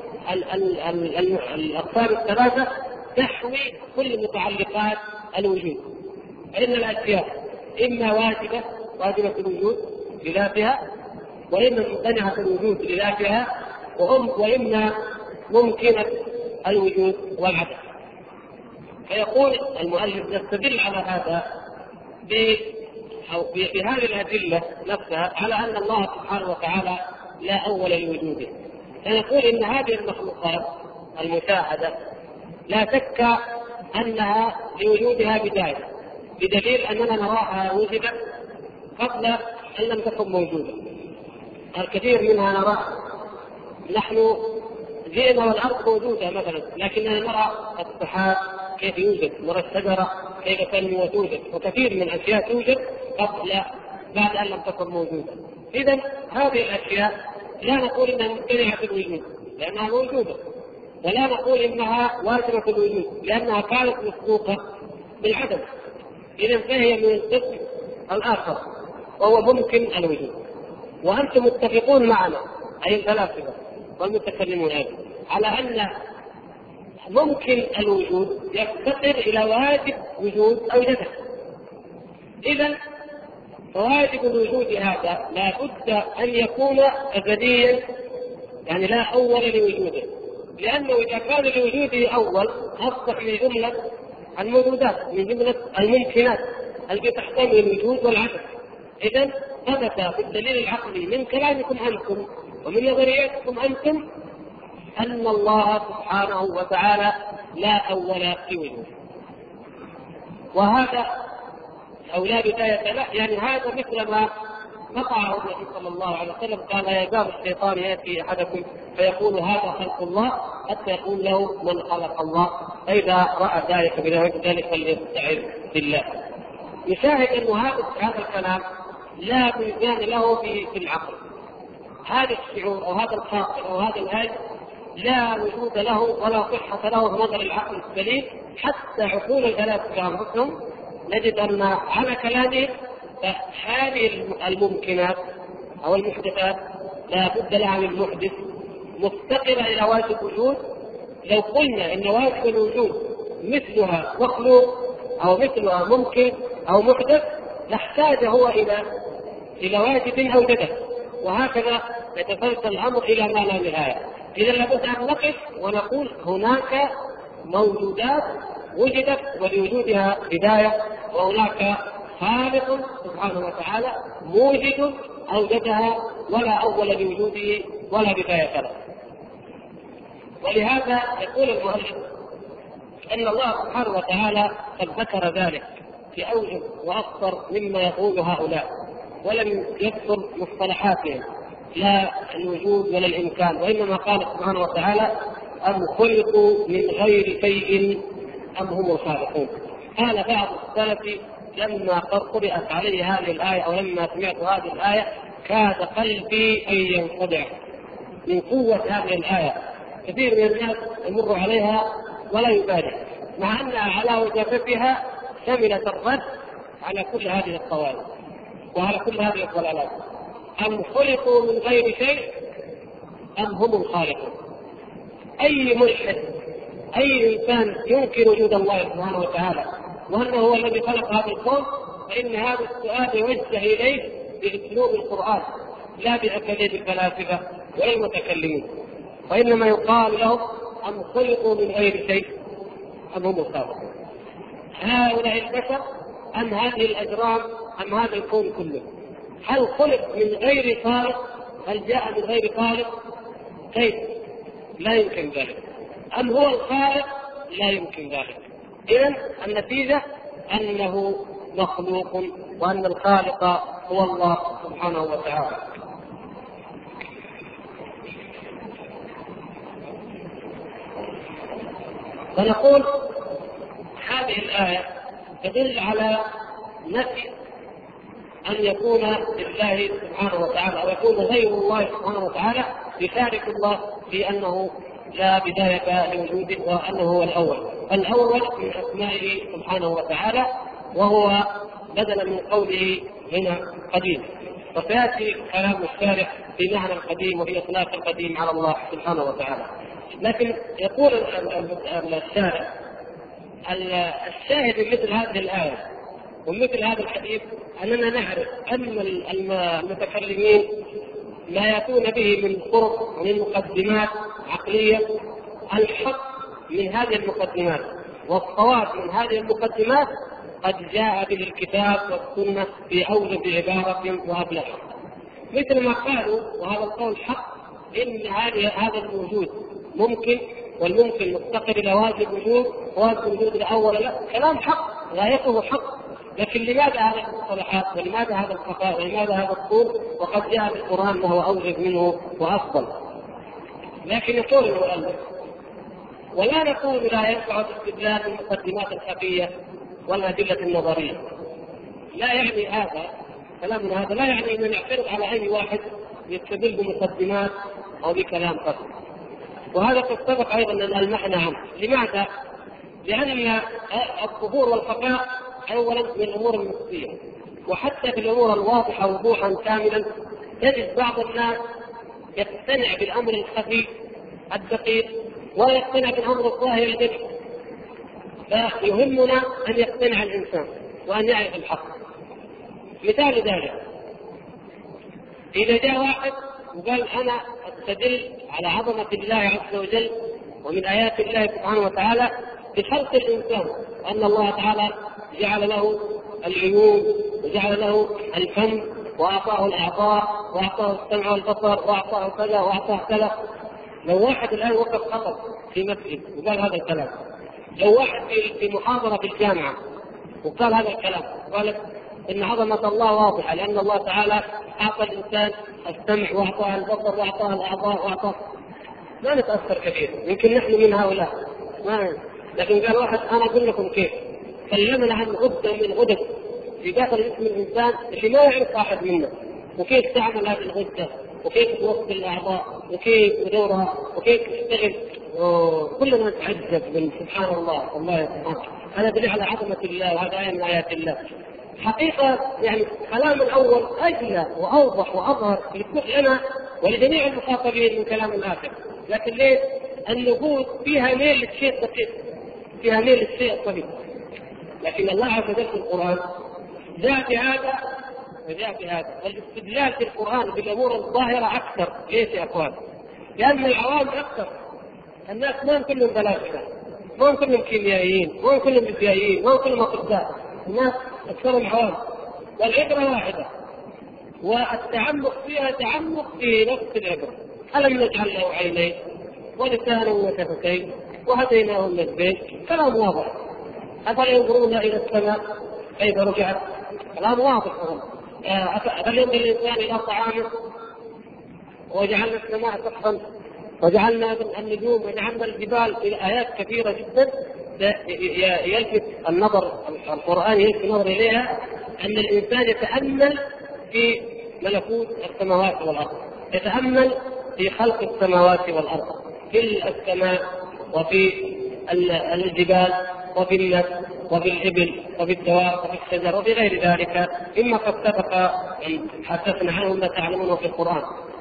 الأقسام الثلاثة تحوي كل متعلقات الوجود. فإن الأشياء إما واجبة الوجود لذاتها، وإما ممتنعة الوجود لذاتها، وإما ممكنة الوجود والعدم. فيقول المؤلف يستدل على هذا بهذه الأدلة نفسها على أن الله سبحانه وتعالى لا أول لوجوده. فيقول إن هذه المخلوقات المشاهدة لا شك أنها لوجودها بداية، بدليل أننا نراها وجدت قبل أن لم تكن موجودة. الكثير منها نرى، نحن جئنا والأرض موجودة مثلا، لكننا نرى السحاب كيف يوجد، نرى الشجرة كيف تنمو وتوجد، وكثير من الأشياء توجد بعد أن لم تكن موجودة. إذن هذه الأشياء لا نقول إنها ممتنعة الوجود لأنها موجودة، ولا نقول إنها واجبة الوجود لأنها كانت مسبوقة بالعدم. إذن فهي من القسم الآخر وهو ممكن الوجود. وأنتم متفقون معنا أي الفلاسفة والمتكلمون على أن ممكن الوجود يفتقر إلى واجب وجود أو جدل. إذن فواجب الوجود هذا لا بد أن يكون أبديا، يعني لا أول لوجوده، لأنه إذا كان لوجوده أول أصبح من جملة الموجودات، من جملة الممكنات التي تحتمل الوجود والعدم. إذن ثبت في الدليل العقلي من كلامكم أنتم ومن نظرياتكم أنتم أن الله سبحانه وتعالى لا أول لوجوده، وهذا أو لا بداية له. يعني هذا مثل ما قطعه النبي صلى الله عليه وسلم، قال: لا يزال الشيطان يأتي أحدكم فيقول هذا خلق الله، حتى يقول له من خلق الله، فإذا رأى ذلك فليستعذ بالله. يشاهد أن هذا الكلام لا ميزان له في العقل. هذا الشعور أو هذا الخاطر أو هذا الهاج لا وجود له ولا صحة له في نظر العقل السليم. حتى عقول الفلاسفة أنفسهم نجد أن على كلامهم هذه الممكنات أو المحدثات لا بد لها من محدث، مفتقرة إلى واجب وجود. لو قلنا إن واجب الوجود مثلها مخلوق أو مثلها ممكن أو محدث لاحتاج هو إلى واجب أو جدل، وهكذا يتسلسل الأمر إلى ما لا نهاية. إذا لابد أن نقف ونقول هناك موجودات وجدت ولوجودها بداية، وهناك خالق سبحانه وتعالى موجد أوجدها ولا أول لوجوده ولا بداية له. ولهذا يقول المؤلف أن الله سبحانه وتعالى قد ذكر ذلك في أوجه وأكثر مما يقول هؤلاء، ولم يذكر مصطلحاتهم لا الوجود ولا الإمكان، وإنما قال سبحانه وتعالى: أم خلقوا من غير شيء أم هم الخالقون. قال بعض السلف لما قرأت علي هذه الآية أو لما سمعت هذه الآية كاد قلبي أن ينقطع من قوة هذه الآية. كثير من الناس يمر عليها ولا يبالي، مع أنها على وجافتها شملت الرد على كل هذه القوانين وعلى كل هذه الضلالات. أم خلقوا من غير شيء أم هم الخالقون؟ أي ملحد، أي إنسان ينكر وجود الله سبحانه وتعالى وأنه هو الذي خلق هذا الكون، فإن هذا السؤال يوجه إليه بأسلوب القرآن لا بأساليب الفلاسفة ولا المتكلمين، وإنما يقال لهم أم خلقوا من غير شيء أم هم الخالقون؟ هؤلاء البشر أم هذه الأجرام أم هذا الكون كله؟ هل خلق من غير خالق؟ هل جاء من غير خالق؟ كيف؟ لا يمكن ذلك. أم هو الخالق؟ لا يمكن ذلك. إذن النتيجة أنه مخلوق وأن الخالق هو الله سبحانه وتعالى. فنقول هذه الآية تدل على نفي أن يكون لله سبحانه وتعالى أو يكون غير الله سبحانه وتعالى يشارك الله في أنه لا بداية لوجوده وأنه هو الأول من أسمائه سبحانه وتعالى، وهو بدلا من قوله هنا قديم. وسيأتي كلام الشارح في معنى القديم وهي إطلاق القديم على الله سبحانه وتعالى. لكن يقول الشارح الشاهد مثل هذه الآية ومثل هذا الحديث أننا نعرف أن المتكلمين ما يأتون به من طرق ومن مقدمات عقلية الحق من هذه المقدمات والصواب من هذه المقدمات قد جاء به الكتاب والسنة في أوجب عبارة وأبلغ، مثل ما قالوا وهذا القول حق إن هذا الوجود ممكن والممكن مفتقر إلى واجب وجود وواجب وجود الأول لا، كلام حق غايته حق. لكن لماذا هذه المصطلحات ولماذا هذا الخفاء ولماذا هذا الطول وقد جاء بالقرآن ما هو أوجب منه وأفضل؟ لكن يقول المؤلف ولا نقول لا ينفع استدلال المقدمات الخفية والأدلة النظرية. لا يعني هذا كلامنا هذا لا يعني أن نعترض على أي واحد يستدل بمقدمات أو بكلام قصر، وهذا قد سبق أيضا المعنى عنه. لماذا؟ لأن الظهور والخفاء أولا من الأمور النفسية، وحتى في الأمور الواضحة وضوحا كاملا تجد بعض الناس يقتنع بالأمر الخفي الدقيق ولا يقتنع بالأمر الظاهر الجلي. فيهمنا أن يقتنع الإنسان وأن يعرف الحق. مثال ذلك إذا جاء واحد وقال أنا أستدل على عظمة الله عز وجل ومن آيات الله سبحانه وتعالى بخلق الإنسان، أن الله تعالى جعل له العيون وجعل له الفم وأعطاه الأعضاء وأعطاه السمع والبصر وأعطاه كذا وأعطاه كذا. لو واحد الآن وقف خطأ في مسجد وقال هذا الكلام، لو واحد في محاضرة في الجامعة وقال هذا الكلام قال إن عظمة الله واضحة لأن الله تعالى أعطى الإنسان السمع وأعطاه البصر وأعطاه الأعضاء وأعطاه، ما نتأثر كثير، يمكن نحن من هؤلاء ما. لكن قال واحد أنا أقول لكم كيف كلمنا عن غدة من غدد في داخل جسم الإنسان اللي ما يعرف واحد منا، وكيف تعمل هذه الغدة وكيف توصل الأعضاء وكيف تدورها وكيف تشتغل. كلنا نتعجب من سبحان الله والله سبحانه. هذا دليل على عظمة الله وهذا آية من آيات الله. حقيقة يعني كلام الأول أجلى وأوضح وأظهر لكلنا ولجميع المخاطبين من كلام الآخر، لكن ليه؟ النبوذ فيها ميل للشيء الدقيق، فيها ميل للشيء الطبيعي. لكن الله عز وجل في القرآن جاء بهذا وجاء بهذا. والاستدلال في القرآن بالأمور الظاهرة أكثر. ليش يا أخوان؟ لأن العوام أكثر، الناس ما كلهم فلاسفة، ما كلهم كيميائيين، ما كلهم فيزيائيين، ما كلهم أطباء، الناس أكثرهم عوام، والعبرة واحدة والتعمق فيها تعمق في نفس العبرة. ألم نجعل له عينين ولسانا وشفتين وهديناه النجدين؟ كلام واضح. أفلا ينظرون إلى السماء كيف رجعت؟ كلام واضح. أفلا ينظر الإنسان إلى طعامه وجعلنا السماء سقفا وجعلنا النجوم وجعلنا الجبال إلى آيات كثيرة جدا يلفت النظر القرآن يلفت النظر إليها أن الإنسان يتأمل في ملكوت السماوات والأرض، يتأمل في خلق السماوات والأرض، في السماء وفي الجبال وفي النفس وفي الإبل وفي الدواب وفي الشجر وفي غير ذلك مما قد سبق أن حدثنا عنه ما تعلمونه في القرآن.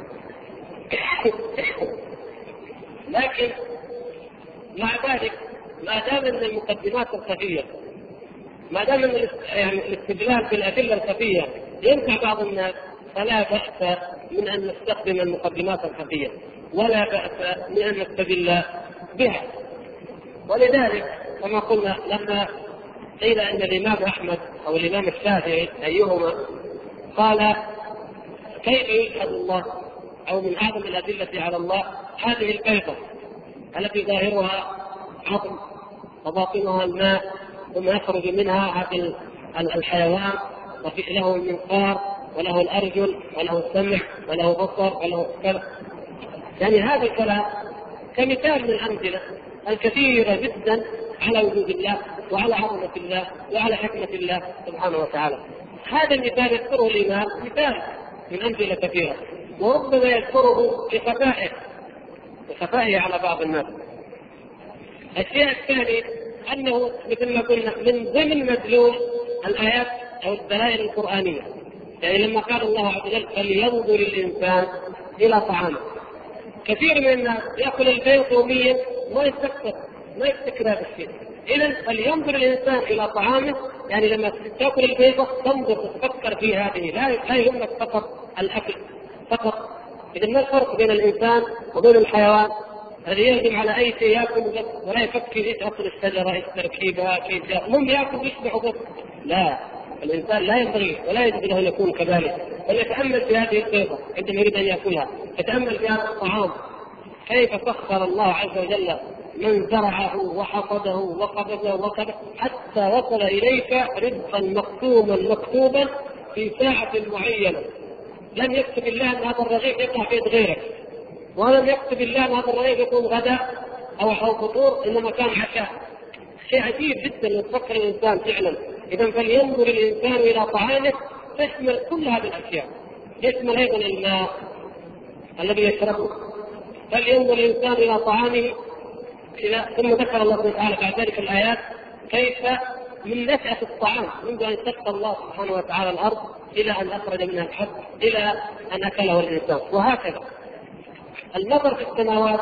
لكن مع ذلك ما دام ان المقدمات الخفيه، ما دام ان الاستدلال بالادله الخفيه ينفع بعض الناس، فلا باس من ان نستخدم المقدمات الخفيه، ولا باس من ان نستدل بها. ولذلك كما قلنا لما قيل ان الامام احمد او الامام الشافعي ايهما قال كيف يشهد الله، او من اعظم الادله على الله هذه البيضه التي ظاهرها عظم وباطنها الماء، ثم يخرج منها هذا الحيوان له المنقار وله الارجل وله السمع وله بصر وله كذا. يعني هذا الكلام كمثال من الامثله الكثيره جدا على وجود الله وعلى عظمه الله وعلى حكمه الله سبحانه وتعالى. هذا المثال يذكره الامام مثال من امثله كثيره، وربما يذكره بخفائه على بعض الناس. الشيء الثاني انه مثل ما قلنا من ضمن مدلول الايات او الدلائل القرانيه، يعني لما قال الله عز وجل فلينظر الانسان الى طعامه. كثير من الناس ياكل البيض يوميا ما يفتكر هذا الشيء. اذا فلينظر الانسان الى طعامه، يعني لما تاكل البيضه تنظر تفكر في هذه، لا يهمك فقط الاكل فقط. اذا ما الفرق بين الانسان وبين الحيوان الذي يهجم على اي شيء ياكل ولا يفكر ايش اصل الشجره، ايش تركيبها، كيف المهم ياكل ويشبع بس. لا، الانسان لا ينبغي ولا يجب له ان يكون كذلك، بل يتامل في هذه البيضه عندما يريد ان ياكلها، يتامل في هذا الطعام كيف سخر الله عز وجل من زرعه وحصده وقبضه وكذا حتى وصل اليك رزقا مكتوبا في ساعه معينه. لم يكتب الله ان هذا الرغيف يقع في يد غيرك، ولم يكتب الله ان هذا الرغيف يكون غداء او فطور، انما كان عشاء. شيء عجيب جدا لو تفكر الانسان فعلا. اذا فلينظر الانسان الى طعامه تشمل كل هذه الاشياء، يشمل ايضا الماء الذي يشربه. فلينظر الانسان الى طعامه ثم ذكر الله سبحانه وتعالى بعد ذلك الايات كيف من نشأة الطعام منذ ان شق الله سبحانه وتعالى الارض الى ان اخرج منها الحب الى ان اكله الانسان. وهكذا النظر في السماوات،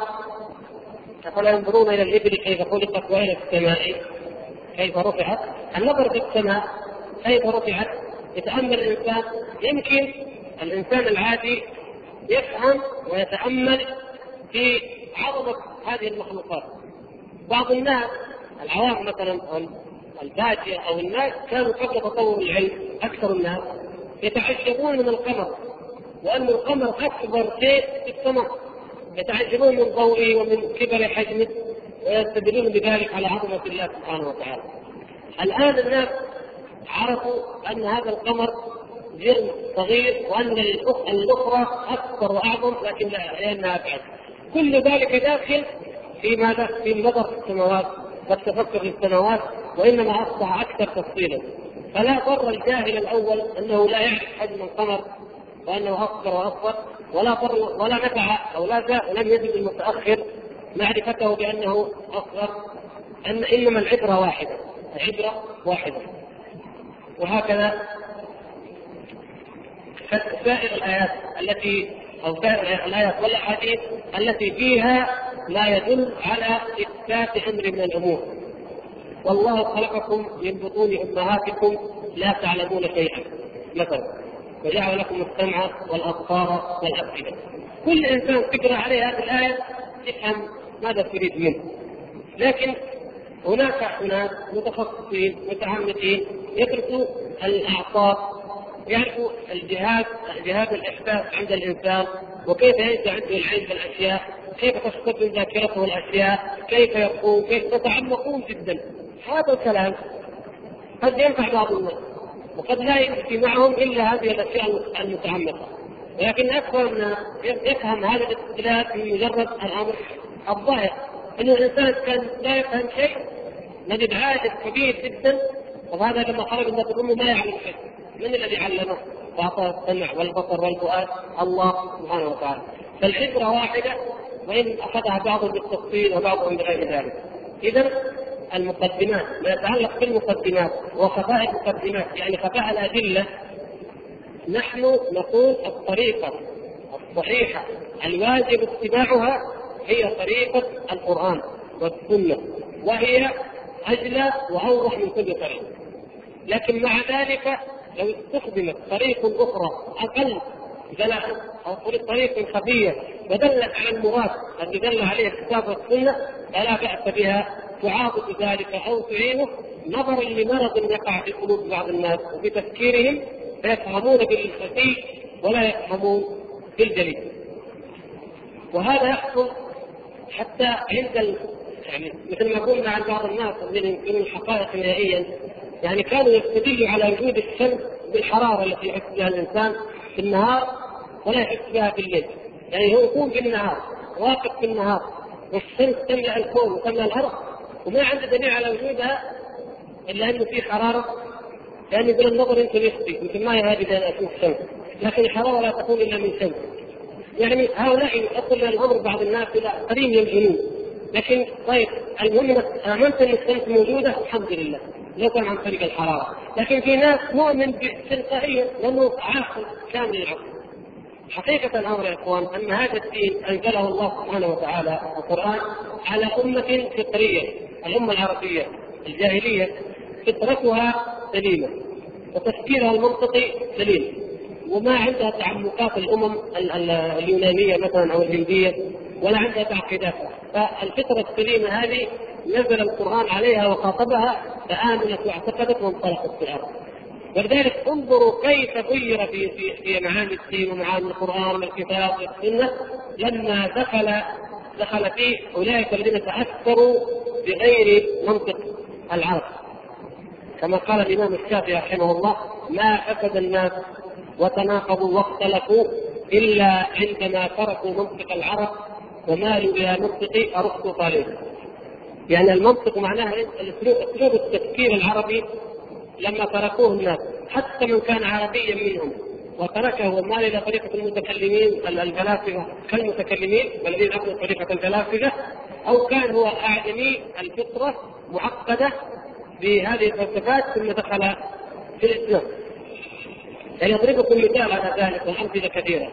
أفلا ينظرون إلى الإبل كيف خلقت وإلى السماء كيف رفعت. النظر في السماء كيف رفعت يتأمل الإنسان. يمكن الإنسان العادي يفهم ويتأمل في عظمة هذه المخلوقات. بعض الناس العوام مثلا أو البادية أو الناس كانوا قبل تطور العلم أكثر الناس يتعجبون من القمر، وأن القمر أكبر شيء في السماء، يتعجبون من ضوئه ومن كبر حجمه ويستدلون بذلك على عظمة الله سبحانه وتعالى. الآن الناس عرفوا أن هذا القمر جرم صغير وأن الأخرى أكبر وأعظم لكن لأنها أبعد. كل ذلك داخل في ماذا؟ في النظر في السماوات والتفكر في السماوات، وإنما أصبح أكثر تفصيلا. فلا ضر الجاهل الأول أنه لا يعرف حجم القمر وأنه أكبر وأصغر، ولا ضر ولا نفع أو لم يجد المتأخر معرفته بأنه أصغر، إنما العبرة واحدة. وهكذا سائر الآيات سائر الآيات والأحاديث التي فيها لا يدل على إثبات أمر من الأمور. والله خلقكم من بطون أمهاتكم لا تعلمون شيئا مثلا، وجعل لكم السمع والأبصار والأفئدة. كل إنسان تقرأ عليه هذه الآية يفهم ماذا تريد منه. لكن هناك أناس متخصصين متعمقين يدرسوا الأعصاب، يعرفوا جهاز الإحساس عند الإنسان، وكيف ينشأ عنده العلم بالأشياء، كيف تستخدم ذاكرته الأشياء، كيف يقوم، كيف يتعمقون جدا. هذا الكلام قد ينفع بعض الناس وقد لا يأتي معهم إلا هذه الأشياء المتعمقة، ولكن أكثر الناس يفهم هذا الاستدلال من مجرد الأمر الظاهر، أن الإنسان كان لا يفهم شيء نجد عاجز كبير جدا. وهذا لما خرج من الأم ما يعلم شيء، من الذي علمه وأعطاه السمع والبصر والفؤاد؟ الله سبحانه وتعالى. فالعبرة واحدة، وإن أخذها بعضهم بالتفصيل وبعضهم بغير ذلك. إذا المقدمات، ما يتعلق بالمقدمات وخفاء المقدمات يعني خفاء الأدلة، نحن نقول الطريقة الصحيحة الواجب اتباعها هي طريقة القرآن والسنة، وهي أجلى وأوضح من كل طريق. لكن مع ذلك لو استخدمت طريق أخرى أقل دلالة أو طريق خفية ودلت على المراد الذي دل عليه الكتاب والسنة فلا بأس بها، تعاضد ذلك أو تعينه نظرا لمرض يقع في قلوب بعض الناس وفي تفكيرهم، فيفهمون بالخفي ولا يفهمون بالجليل. وهذا يحصل حتى عند يعني مثل ما قلنا عن بعض الناس الذين ينكرون الحقائق نهائيا، يعني كانوا يستدلوا على وجود الشمس بالحرارة التي يحس بها الإنسان في النهار ولا يحس بها في الليل. يعني هو يكون في النهار واقف في النهار والشمس تملأ الكون وتملأ الأرض وما عنده دليل على وجودها إلا أنه في حرارة، لأن يقول النظر يمكن يخفي يمكن ما يهاجد أن أشوف الشمس، لكن الحرارة لا تكون إلا من شمس. يعني هؤلاء يؤصل الأمر بعض الناس إلى قريب يمكنون. لكن طيب المهم آمنت أن الشمس موجودة الحمد لله لو كان عن طريق الحرارة، لكن في ناس مؤمن تلقائيا لأنه عاقل كامل العقل. حقيقة الأمر يا إخوان أن هذا الدين أنزله الله سبحانه وتعالى القرآن على أمة فطرية، الأمة العربية الجاهلية فطرتها سليمة وتفكيرها المنطقي سليم، وما عندها تعمقات الأمم اليونانية مثلا أو الهندية ولا عندها تعقيدات. فالفطرة السليمة هذه نزل القرآن عليها وخاطبها فآمنت واعتقدت وانطلقت في الأرض. ولذلك انظروا كيف غير في معاني الدين ومعاني القرآن والكتاب والسنة لما دخل فيه أولئك الذين تأثروا بغير منطق العرب. كما قال الإمام الشافعي رحمه الله: ما فسد الناس وتناقضوا واختلفوا إلا عندما تركوا منطق العرب ومالوا إلى منطق أرسطو طالب. يعني المنطق معناها أسلوب التفكير العربي لما تركوه الناس، حتى من كان عربيا منهم وتركه ومال إلى طريقة المتكلمين الفلاسفة كالمتكلمين والذين أخذوا طريقة الفلاسفة، أو كان هو أعجمي الفطرة معقدة بهذه الفلسفات ثم دخل في الإسلام. يعني يضربكم مثال على ذلك والأمثلة كثيرة.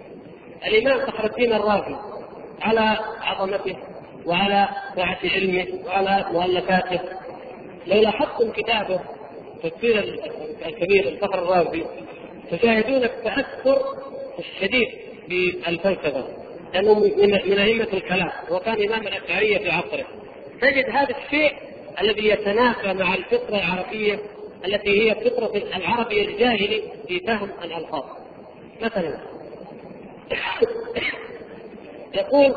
الإمام فخر الدين الرازي على عظمته وعلى سعة علمه وعلى مؤلفاته، لو لاحظتم كتابه تفسير الكبير الفخر الرازي تشاهدون التأثر الشديد بالفلسفة لأنه من أئمة الكلام وكان إمام الأشعرية في عصره. تجد هذا الشيء الذي يتنافى مع الفطرة العربية التي هي فطرة العربي الجاهلي في فهم الألفاظ. مثلا يقول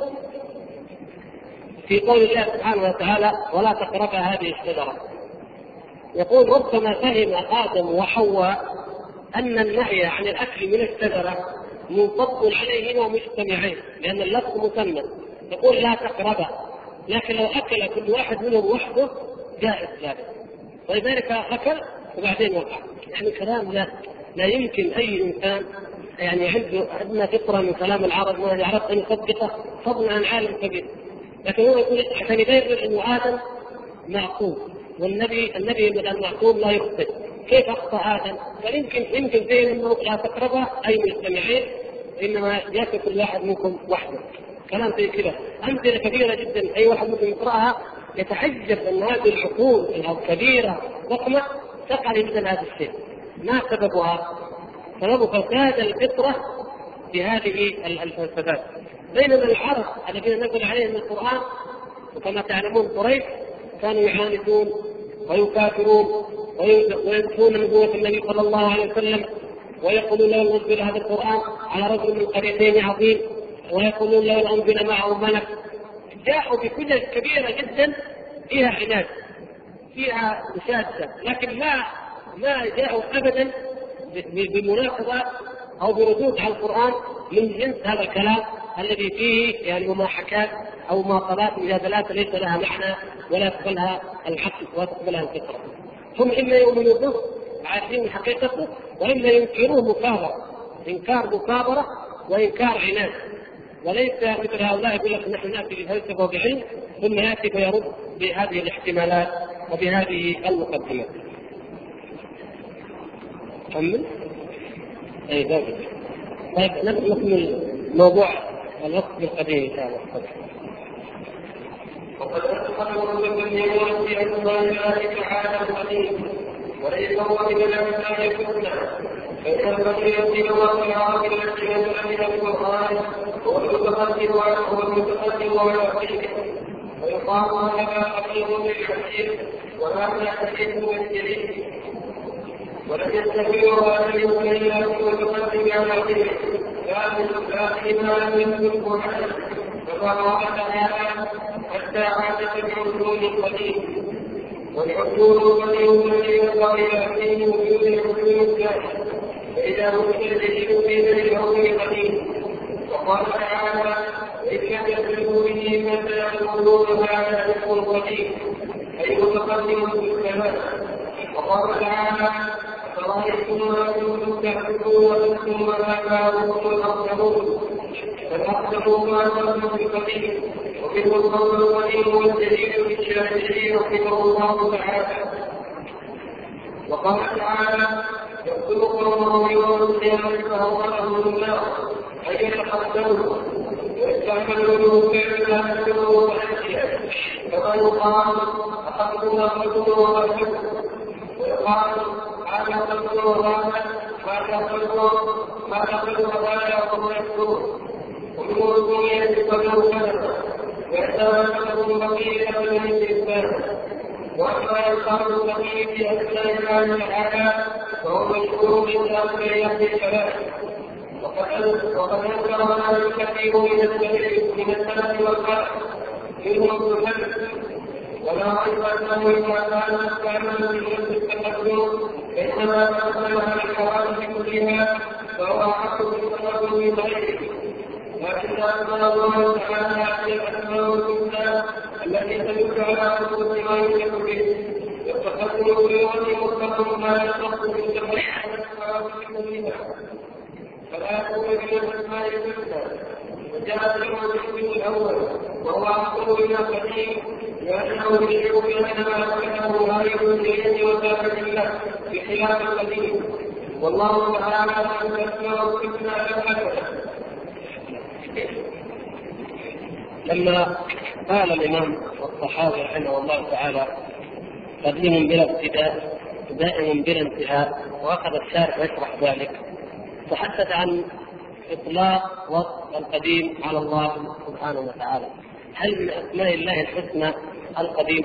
في قول الله سبحانه وتعالى: ولا تقربا هذه الشجرة، يقول: ربما فهم آدم وحواء أن النهي عن الأكل من الشجرة منطبق عليهما مجتمعين لأن اللفظ مثنى. يقول: لا تقربا، لكن لو أكل كل واحد منهم وحده جائز ذلك، ولذلك أكل وبعدين وقع. يعني كلام لا يمكن أي إنسان يعني عندنا فطرة من كلام العرب ما يعرف أن يصدقه فضلا عن عالم كبير. لكن هو يقول عشان يبرر أنه آدم معصوم والنبي من المعصوم لا يخطئ، كيف أخطأ آدم؟ فيمكن زي أنه لا تقربه أي مجتمعين إنما يأكل كل واحد منكم وحده. كلام زي كذا أمثلة كبيرة جدا أي واحد ممكن يقرأها يتحجب أن هذه العقول الكبيرة ضخمة تقع مثل هذا الشيء. ما سببها؟ سبب فساد الفطرة بهذه الفلسفات. بينما العرب الذين نزل عليهم القرآن وكما تعلمون قريش كانوا يعاندون ويكافرون وينفون نبوة النبي صلى الله عليه وسلم، ويقولون لو أنزل هذا القرآن على رجل من قريتين عظيم، ويقولون لو أنزل معه ملك. جاءوا بكل كبيرة جدا فيها عناد فيها مشادة، لكن ما جاءوا أبدا بمناقضة أو بردود على القرآن من جنس هذا الكلام الذي فيه يعني مماحكات أو مواصلات مجادلات ليس لها معنى ولا تقبلها العقل ولا تقبلها الفطرة. هم إما يؤمنوا به عارفين حقيقته، وإما ينكروه مكابرة، إنكار مكابرة وإنكار عناد. وليس مثل هؤلاء يقول لك نحن نأتي بفلسفة وبعلم ثم يأتي فيرد بهذه الاحتمالات وبهذه المقدمات. كمل. طيب نكمل موضوع الوقت بالقديم إن شاء الله. وقد أدخل اليوم في أسماء الله تعالى القديم، وليس هو من الأسماء الحسنى، فإن البقية في لغة العرب التي نزل من القرآن هو المتقدم والأخير، ويقال هذا قريب للحديث وهذا حديث بالجليل، ولم يستمر هذا اليوم إلا في المتقدم على غيره، لكنما لم يكن عنه، فقال تعالى حتى عادت العلوم القديم، والعلوم القديم الذي يبقى إلى حين وجود العلوم الثانية، فإذا هم يجدون في ذلك العلوم القديم. وقال تعالى إذ يكذبوا به فسيقولون هذا علم قديم، أي متقدم في السماء. وقال تعالى فرأيتم ما كنتم تعبدون وأنتم وآباؤكم الأقدمون، فالأقدمون ما كنتم بقديم، ومنه القول القديم والدليل للشافعي رحمه الله تعالى. وقال تعالى يقتل قومه يوم القيامة فهو لهم النار، أي يتقدموا ويستعملونه كيف لا يكتبوا وحشيا، كما يقال أخذنا قلبه وغيره، ويقال هذا قلبه وغيره، هذا قلبه وغيره وهو يكتبون، ومنه الدنيا قدر كذا ويتمثل بقية من الإنسان. وأما يقال البقية في أسماء الله تعالى فهو مشهور من أسماء الكلام. وقد أنكر هذا الكثير من السلف والخلف منهم الحديث، ولا ريب أنه إذا كان مستعملا في التقدم فإنما تقدمها الحوادث كلها فهو أحق بالتقدم من غيره. لكن أسماء الله تعالى هي الأسماء الحسنى التي تدل على حدوث ما يوجد به، والتقدم بالوجه مطلق ما يختص بالتقدم منها، فلا يكون من الأسماء الحسنى. وجاء الحديث الأول وهو أقول من القديم لأنه يشعر بأنما أكله غاية الجيد وثابت الله بخلاف القديم، والله تعالى أن الأسماء الحسنى الحسنة. لما قال الإمام الطحاوي رحمه الله تعالى قديم بلا ابتداء دائم بلا انتهاء، وأخذ الشارح يشرح ذلك، تحدث عن إطلاق وصف القديم على الله سبحانه وتعالى. هل من أسماء الله الحسنى القديم؟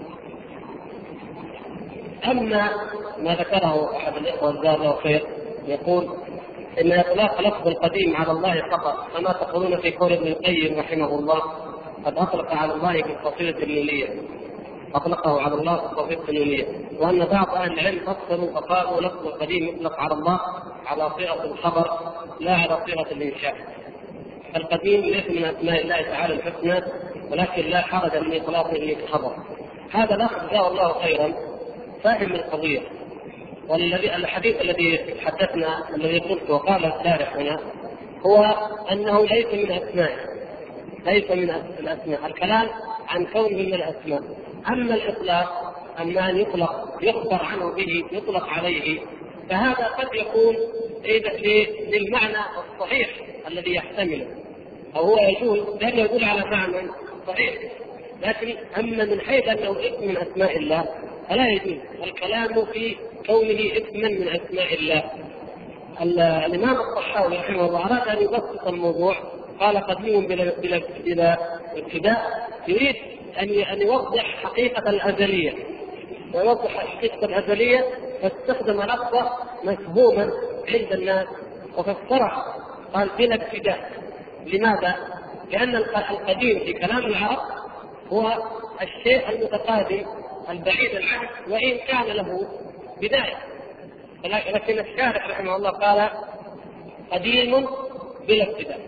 أما ما ذكره أحد الإخوة جزاه خير يقول إن إطلاق لفظ القديم على الله فقط كما تقولون في قول ابن القيم رحمه الله قد أطلق على الله بالقصيدة النونية، أطلقه على الله بالقصيدة النونية، وأن بعض أهل العلم فصلوا فقالوا لفظ القديم يطلق على الله على صيغة الخبر لا على صيغة الإنشاء. القديم ليس من أسماء الله تعالى الحسنى، ولكن لا حرج من إطلاقه كخبر. هذا الأخ جزاه الله خيرا فاهم القضية. والحديث الذي حدثنا الذي قلت وقال الشارح هنا هو أنه ليس من أسماء، ليس من الأسماء، الكلام عن كونه من الأسماء. أما الإطلاق، أما أن يخبر عنه به يطلق عليه، فهذا قد يكون للمعنى الصحيح الذي يحتمله، أو هو يجوز لأنه يدل على معنى صحيح. لكن أما من حيث أنه اسم من أسماء الله فلا يجوز الكلام في كونه اسما من أسماء الله. الإمام الطحاوي رحمه الله أراد أن يبسط الموضوع، قال قديم بلا ابتداء، يريد أن يوضح حقيقة الأزلية، ويوضح حقيقة الأزلية فاستخدم لفظة مفهوما عند الناس وفسرها، قال بلا ابتداء. لماذا؟ لأن القديم في كلام العرب هو الشيء المتقادم البعيد العهد وإن كان له بداية، لكن الشارح رحمه الله قال قديم بلا ابتداء،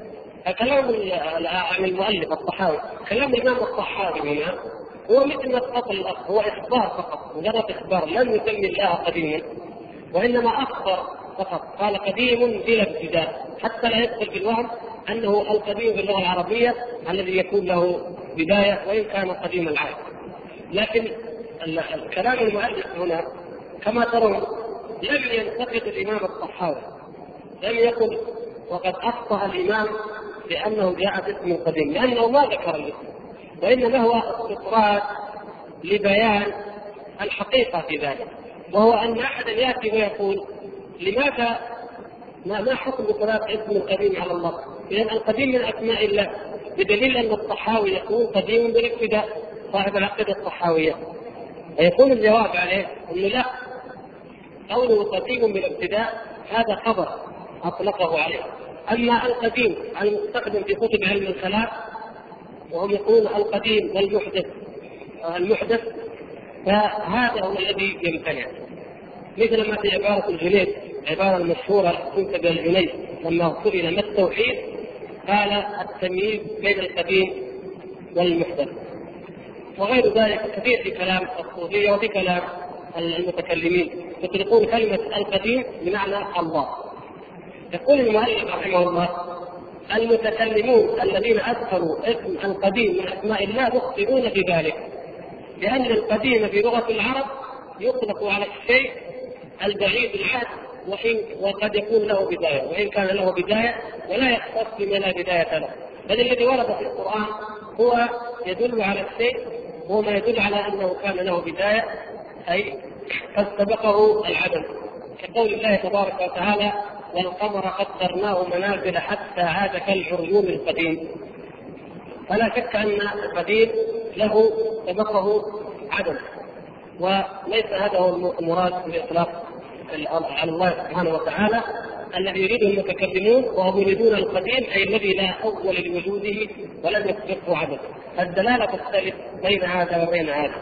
كلام المؤلف الطحاوي، كلام الإمام الطحاوي هنا هو مثل ما تفضل الأخ، هو إخبار فقط، مجرد إخبار، لم يسمي الله قديما وإنما أخبر فقط، قال قديم بلا ابتداء، حتى لا يدخل في الوهم أنه القديم باللغة العربية الذي يكون له بداية وإن كان قديم العهد. لكن كلام المؤلف هنا كما ترون لم ينتقد الإمام الطحاوي، لم يقل وقد أخطأ الإمام لأنه جاء باسم قديم، لأنه ما ذكر الاسم، وإنما هو استطراد لبيان الحقيقة في ذلك، وهو أن أحدا يأتي ويقول لماذا ما حكم إطلاق اسم القديم على الله؟ لأن القديم من أسماء الله، بدليل أن الطحاوي يقول قديم بالابتداء صاحب العقيدة الطحاوية، ويكون الجواب عليه أنه لا، قوله قديم بالابتداء هذا خبر أطلقه عليه. أما القديم المستخدم في كتب علم الكلام وهم يقولون القديم والمحدث المحدث، فهذا هو الذي يمتنع، مثل ما في عبارة الجنيد، عبارة المشهورة تنسب إلى الجنيد لما سئل ما التوحيد قال التمييز بين القديم والمحدث، وغير ذلك كثير في كلام الصوفية وفي كلام المتكلمين يطلقون كلمة القديم بمعنى الله. يقول المؤلف رحمه الله المتكلمون الذين أذكروا اسم القديم من أسماء الله مخطئون في ذلك، لأن القديم في لغة العرب يطلق على الشيء البعيد العهد وقد يكون له بداية، وإن كان له بداية ولا يختص بما لا بداية له، بل الذي ورد في القرآن هو يدل على الشيء، هو ما يدل على أنه كان له بداية، أي قد سبقه العدم، كقول الله تبارك وتعالى والقمر قدرناه منازل حتى عاد كالعرجون القديم. فلا شك أن القديم له سبقه عدم، وليس هذا هو المراد بإطلاق على الله سبحانه وتعالى الذي يريده المتكلمون، وهم يريدون القديم أي الذي لا أول لوجوده ولم يسبقه عدم. الدلالة تختلف بين هذا وبين هذا.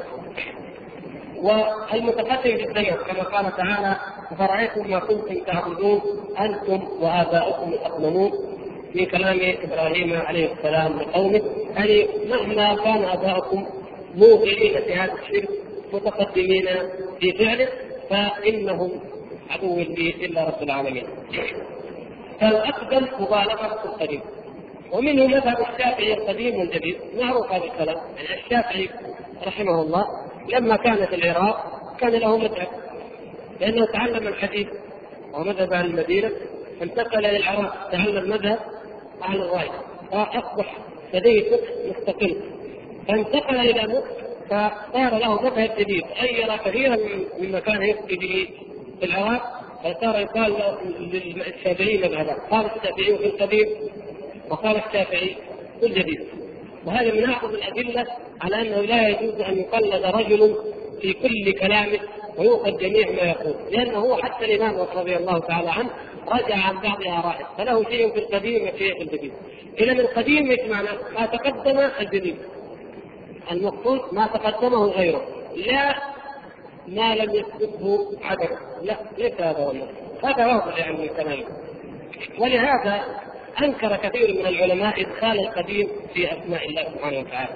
والمتقدم في الزمن كما قال تعالى فرأيتم ما كنتم تعبدون أنتم وآباؤكم الأقدمون، في كلام إبراهيم عليه السلام لقومه، أي مهما كان آباؤكم موقعين في هذا الشرك متقدمين في فعله فإنهم عدو لي إلا رب العالمين. فالأقدم مبالغة في القديم، ومنه مذهب الشافعي القديم والجديد، معروف هذا الكلام. الشافعي رحمه الله لما كان في العراق كان له مذهب، لأنه تعلم الحديث ومذهب أهل المدينة، انتقل إلى العراق تعلم مذهب أهل الرأي فأصبح لديه فقه مستقل، فانتقل إلى مصر فصار له مذهب جديد غير كثيرا مما كان يفتي به في العراق، فصار يقال للشافعي مذهبا، قال الشافعي في القديم وقال الشافعي في الجديد. وهذا من أعظم الأدلة على أنه لا يجوز أن يقلد رجل في كل كلامه ويؤخذ جميع ما يقول، لأنه هو حتى الإمام رضي الله تعالى عنه رجع عن بعض آرائه، فله شيء في القديم وشيء في الجديد. إذا القديم ايش معنى؟ ما تقدم الجديد، المقصود ما تقدمه غيره، لا ما لم يسبقه عدم، لا ليس هذا هو المقصود، هذا واضح يعني من كلامه. ولهذا أنكر كثير من العلماء إدخال القديم في أسماء الله سبحانه وتعالى.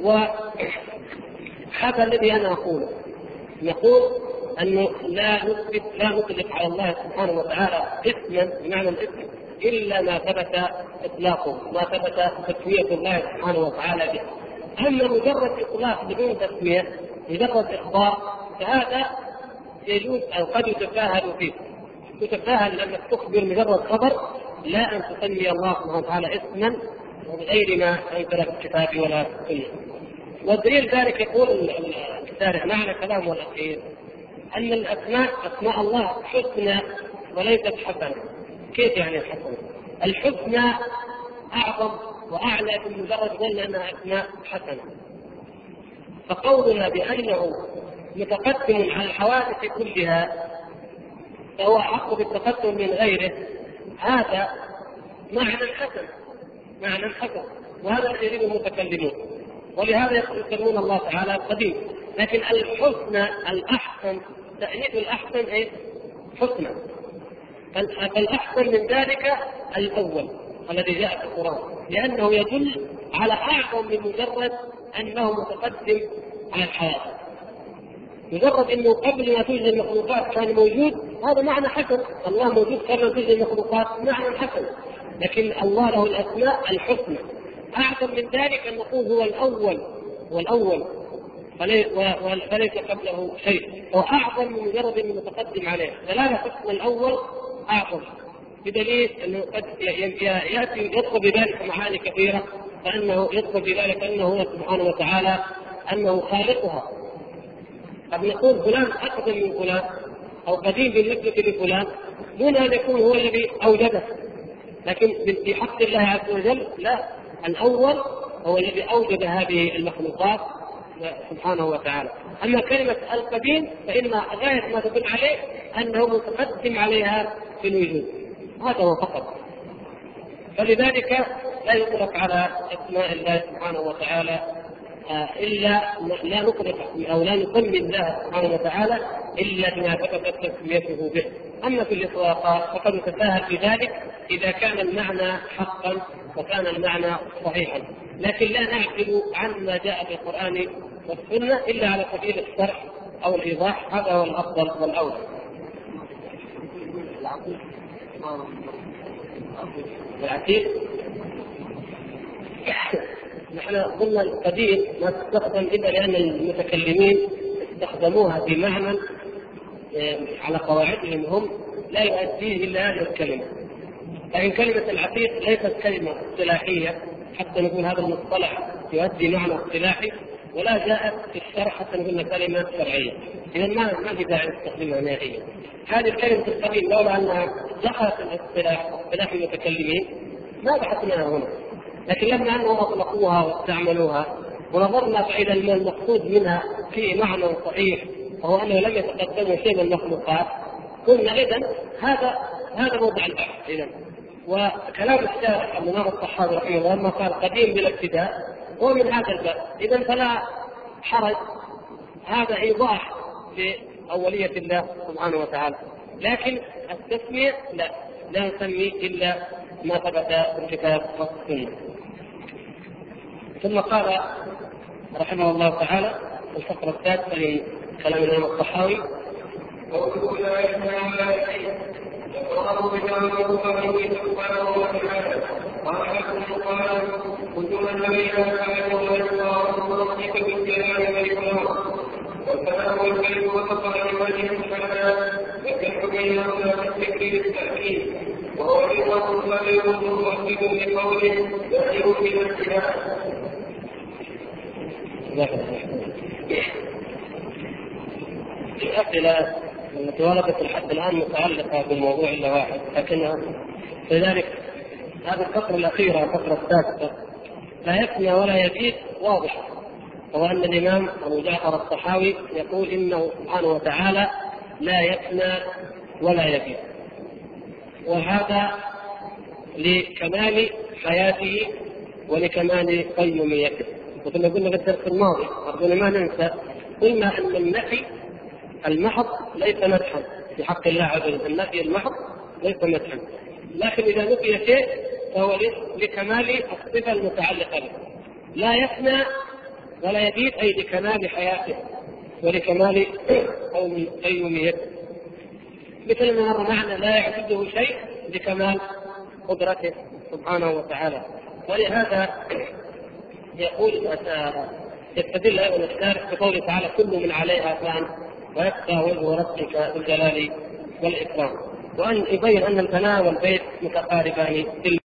وهذا الذي أنا أقوله، نقول أنه لا نطلق على الله سبحانه وتعالى اسما بمعنى الاسم إلا ما ثبت إطلاقه، ما ثبت تسمية الله سبحانه وتعالى به. أما مجرد إطلاق بدون تسمية، مجرد إخبار، فهذا يجوز أو قد يتساهل فيه، تتساهل أنك تخبر مجرد خبر، لا أن تسمي الله سبحانه وتعالى اسما وبغير ما أنزل في الكتاب ولا في السنة. والدليل ذلك يقول الشارح معنى كلامه الأخير أن الأسماء أسماء الله حسنى وليست حسنة. كيف يعني الحسنة؟ الحسنى أعظم وأعلى من مجرد قلنا أنها أسماء حسنة. فقولنا بأنه متقدم على الحوادث كلها فهو أحق بالتقدم من غيره، هذا معنى حسن، معنى حسن، وهذا الذي يريده المتكلمون، ولهذا يسمون الله تعالى القديم. لكن الحسنى الأحسن، تأنيث الأحسن إيه؟ حسنى. فالأحسن من ذلك الأول، الذي جاء في القرآن، لأنه يدل على أعظم من مجرد أنه متقدم على الحياة. مجرد أنه قبل ما توجد المخلوقات كان موجود، هذا معنى حسن. الله موجود قبل ما توجد المخلوقات، معنى حسن. لكن الله له الأسماء الحسنى. أعظم من ذلك أن نقول هو الأول وليس قبله شيء، هو أعظم من مجرد أنه متقدم عليه. دلالة حسن الأول أعظم، بدليل أنه قد يدخل بذلك معاني كثيرة، فأنه يدخل بذلك أنه هو سبحانه وتعالى أنه خالقها. قد نقول فلان أقدم من فلان أو قديم بالنسبة لفلان دون أن يكون هو الذي أوجده، لكن في حق الله عز وجل لا، الأول هو الذي أوجد هذه المخلوقات سبحانه وتعالى. أما كلمة القديم فإن غاية ما تدل عليه أنه متقدم عليها في الوجود، هذا هو فقط. فلذلك لا يطلق على أسماء الله سبحانه وتعالى إلا لا نطلق أو لا نسمي الله سبحانه وتعالى إلا بما ثبتت تسميته به. أما في الإطلاقات فقد نتساهل في ذلك إذا كان المعنى حقا وكان المعنى صحيحا، لكن لا نعزل عن ما جاء في القرآن والسنة إلا على سبيل الشرح أو الإيضاح، هذا هو الأفضل والأولى. العتيق نحن قلنا القديم ما تستخدم إلا لأن المتكلمين استخدموها بمعنى على قواعدهم هم لا يؤديه إلا هذه الكلمة. لكن كلمة العتيق ليست كلمة اصطلاحية حتى نقول هذا المصطلح يؤدي معنى اصطلاحي، ولا جاءت في الشرح حتى نقول كلمة شرعية. إذا ما في داعي نستخدمها نهائيا. هذه الكلمة القديم لولا أنها دخلت اصطلاح المتكلمين ما بحثناها هنا، لكن لما أنهم أطلقوها واستعملوها ونظرنا فإذا المقصود منها في معنى صحيح وهو أنه لم يتقدموا شيء من المخلوقات، قلنا إذن هذا موضع البحث. إذن وكلام الشارح الإمام الطحاوي رحمه الله لما قال قديم بلا ابتداء هو من هذا الباب. إذن فلا حرج، هذا إيضاح لأولية الله سبحانه وتعالى. لكن التسمية لا نسمي إلا ما ثبت في الكتاب والسنة. ثم قال رحمه الله تعالى الفقرة الثالثة من كلام الإمام الطحاوي: وكل لا يسمع ولا شيء يقرأه بجانبه فمن سبحانه وتعالى قال كتب النبي صلى الله عليه وسلم بالجلال والإكرام والكلام والكلم وتصل لوجه الشهادة والجمع بينهما بالتكبير التأكيد وهو أيضا خبير مؤكد لقوله يحيو في الابتداء. الأسئلة التي وردت لحد الآن متعلقة بالموضوع إلا واحد، لكنها لذلك هذه الفقرة الأخيرة الفقرة السادسة لا يفنى ولا يزيد واضحة، وهو أن الإمام أبو جعفر الطحاوي يقول إنه سبحانه وتعالى لا يفنى ولا يزيد، وهذا لكمال حياته ولكمال قيوميته. وكما قلنا في الدرس الماضي أرجونا ما ننسى قلنا أن النفي المحض ليس مدحا في حق الله عز وجل، النفي المحض ليس مدحا، لكن إذا نفي شيء فهو لكمال الصفة المتعلقة به. لا يفنى ولا يزيد أي لكمال حياته ولكمال قيوميته، مثل ما مر معنا لا يعجزه شيء لكمال قدرته سبحانه وتعالى. ولهذا يقول يستدل أيضا الشارح بقوله تعالى كل من عليها فان ويبقى وجه ربك ذو الجلال والإكرام، وأن يبين أن الثناء والبيت متقاربان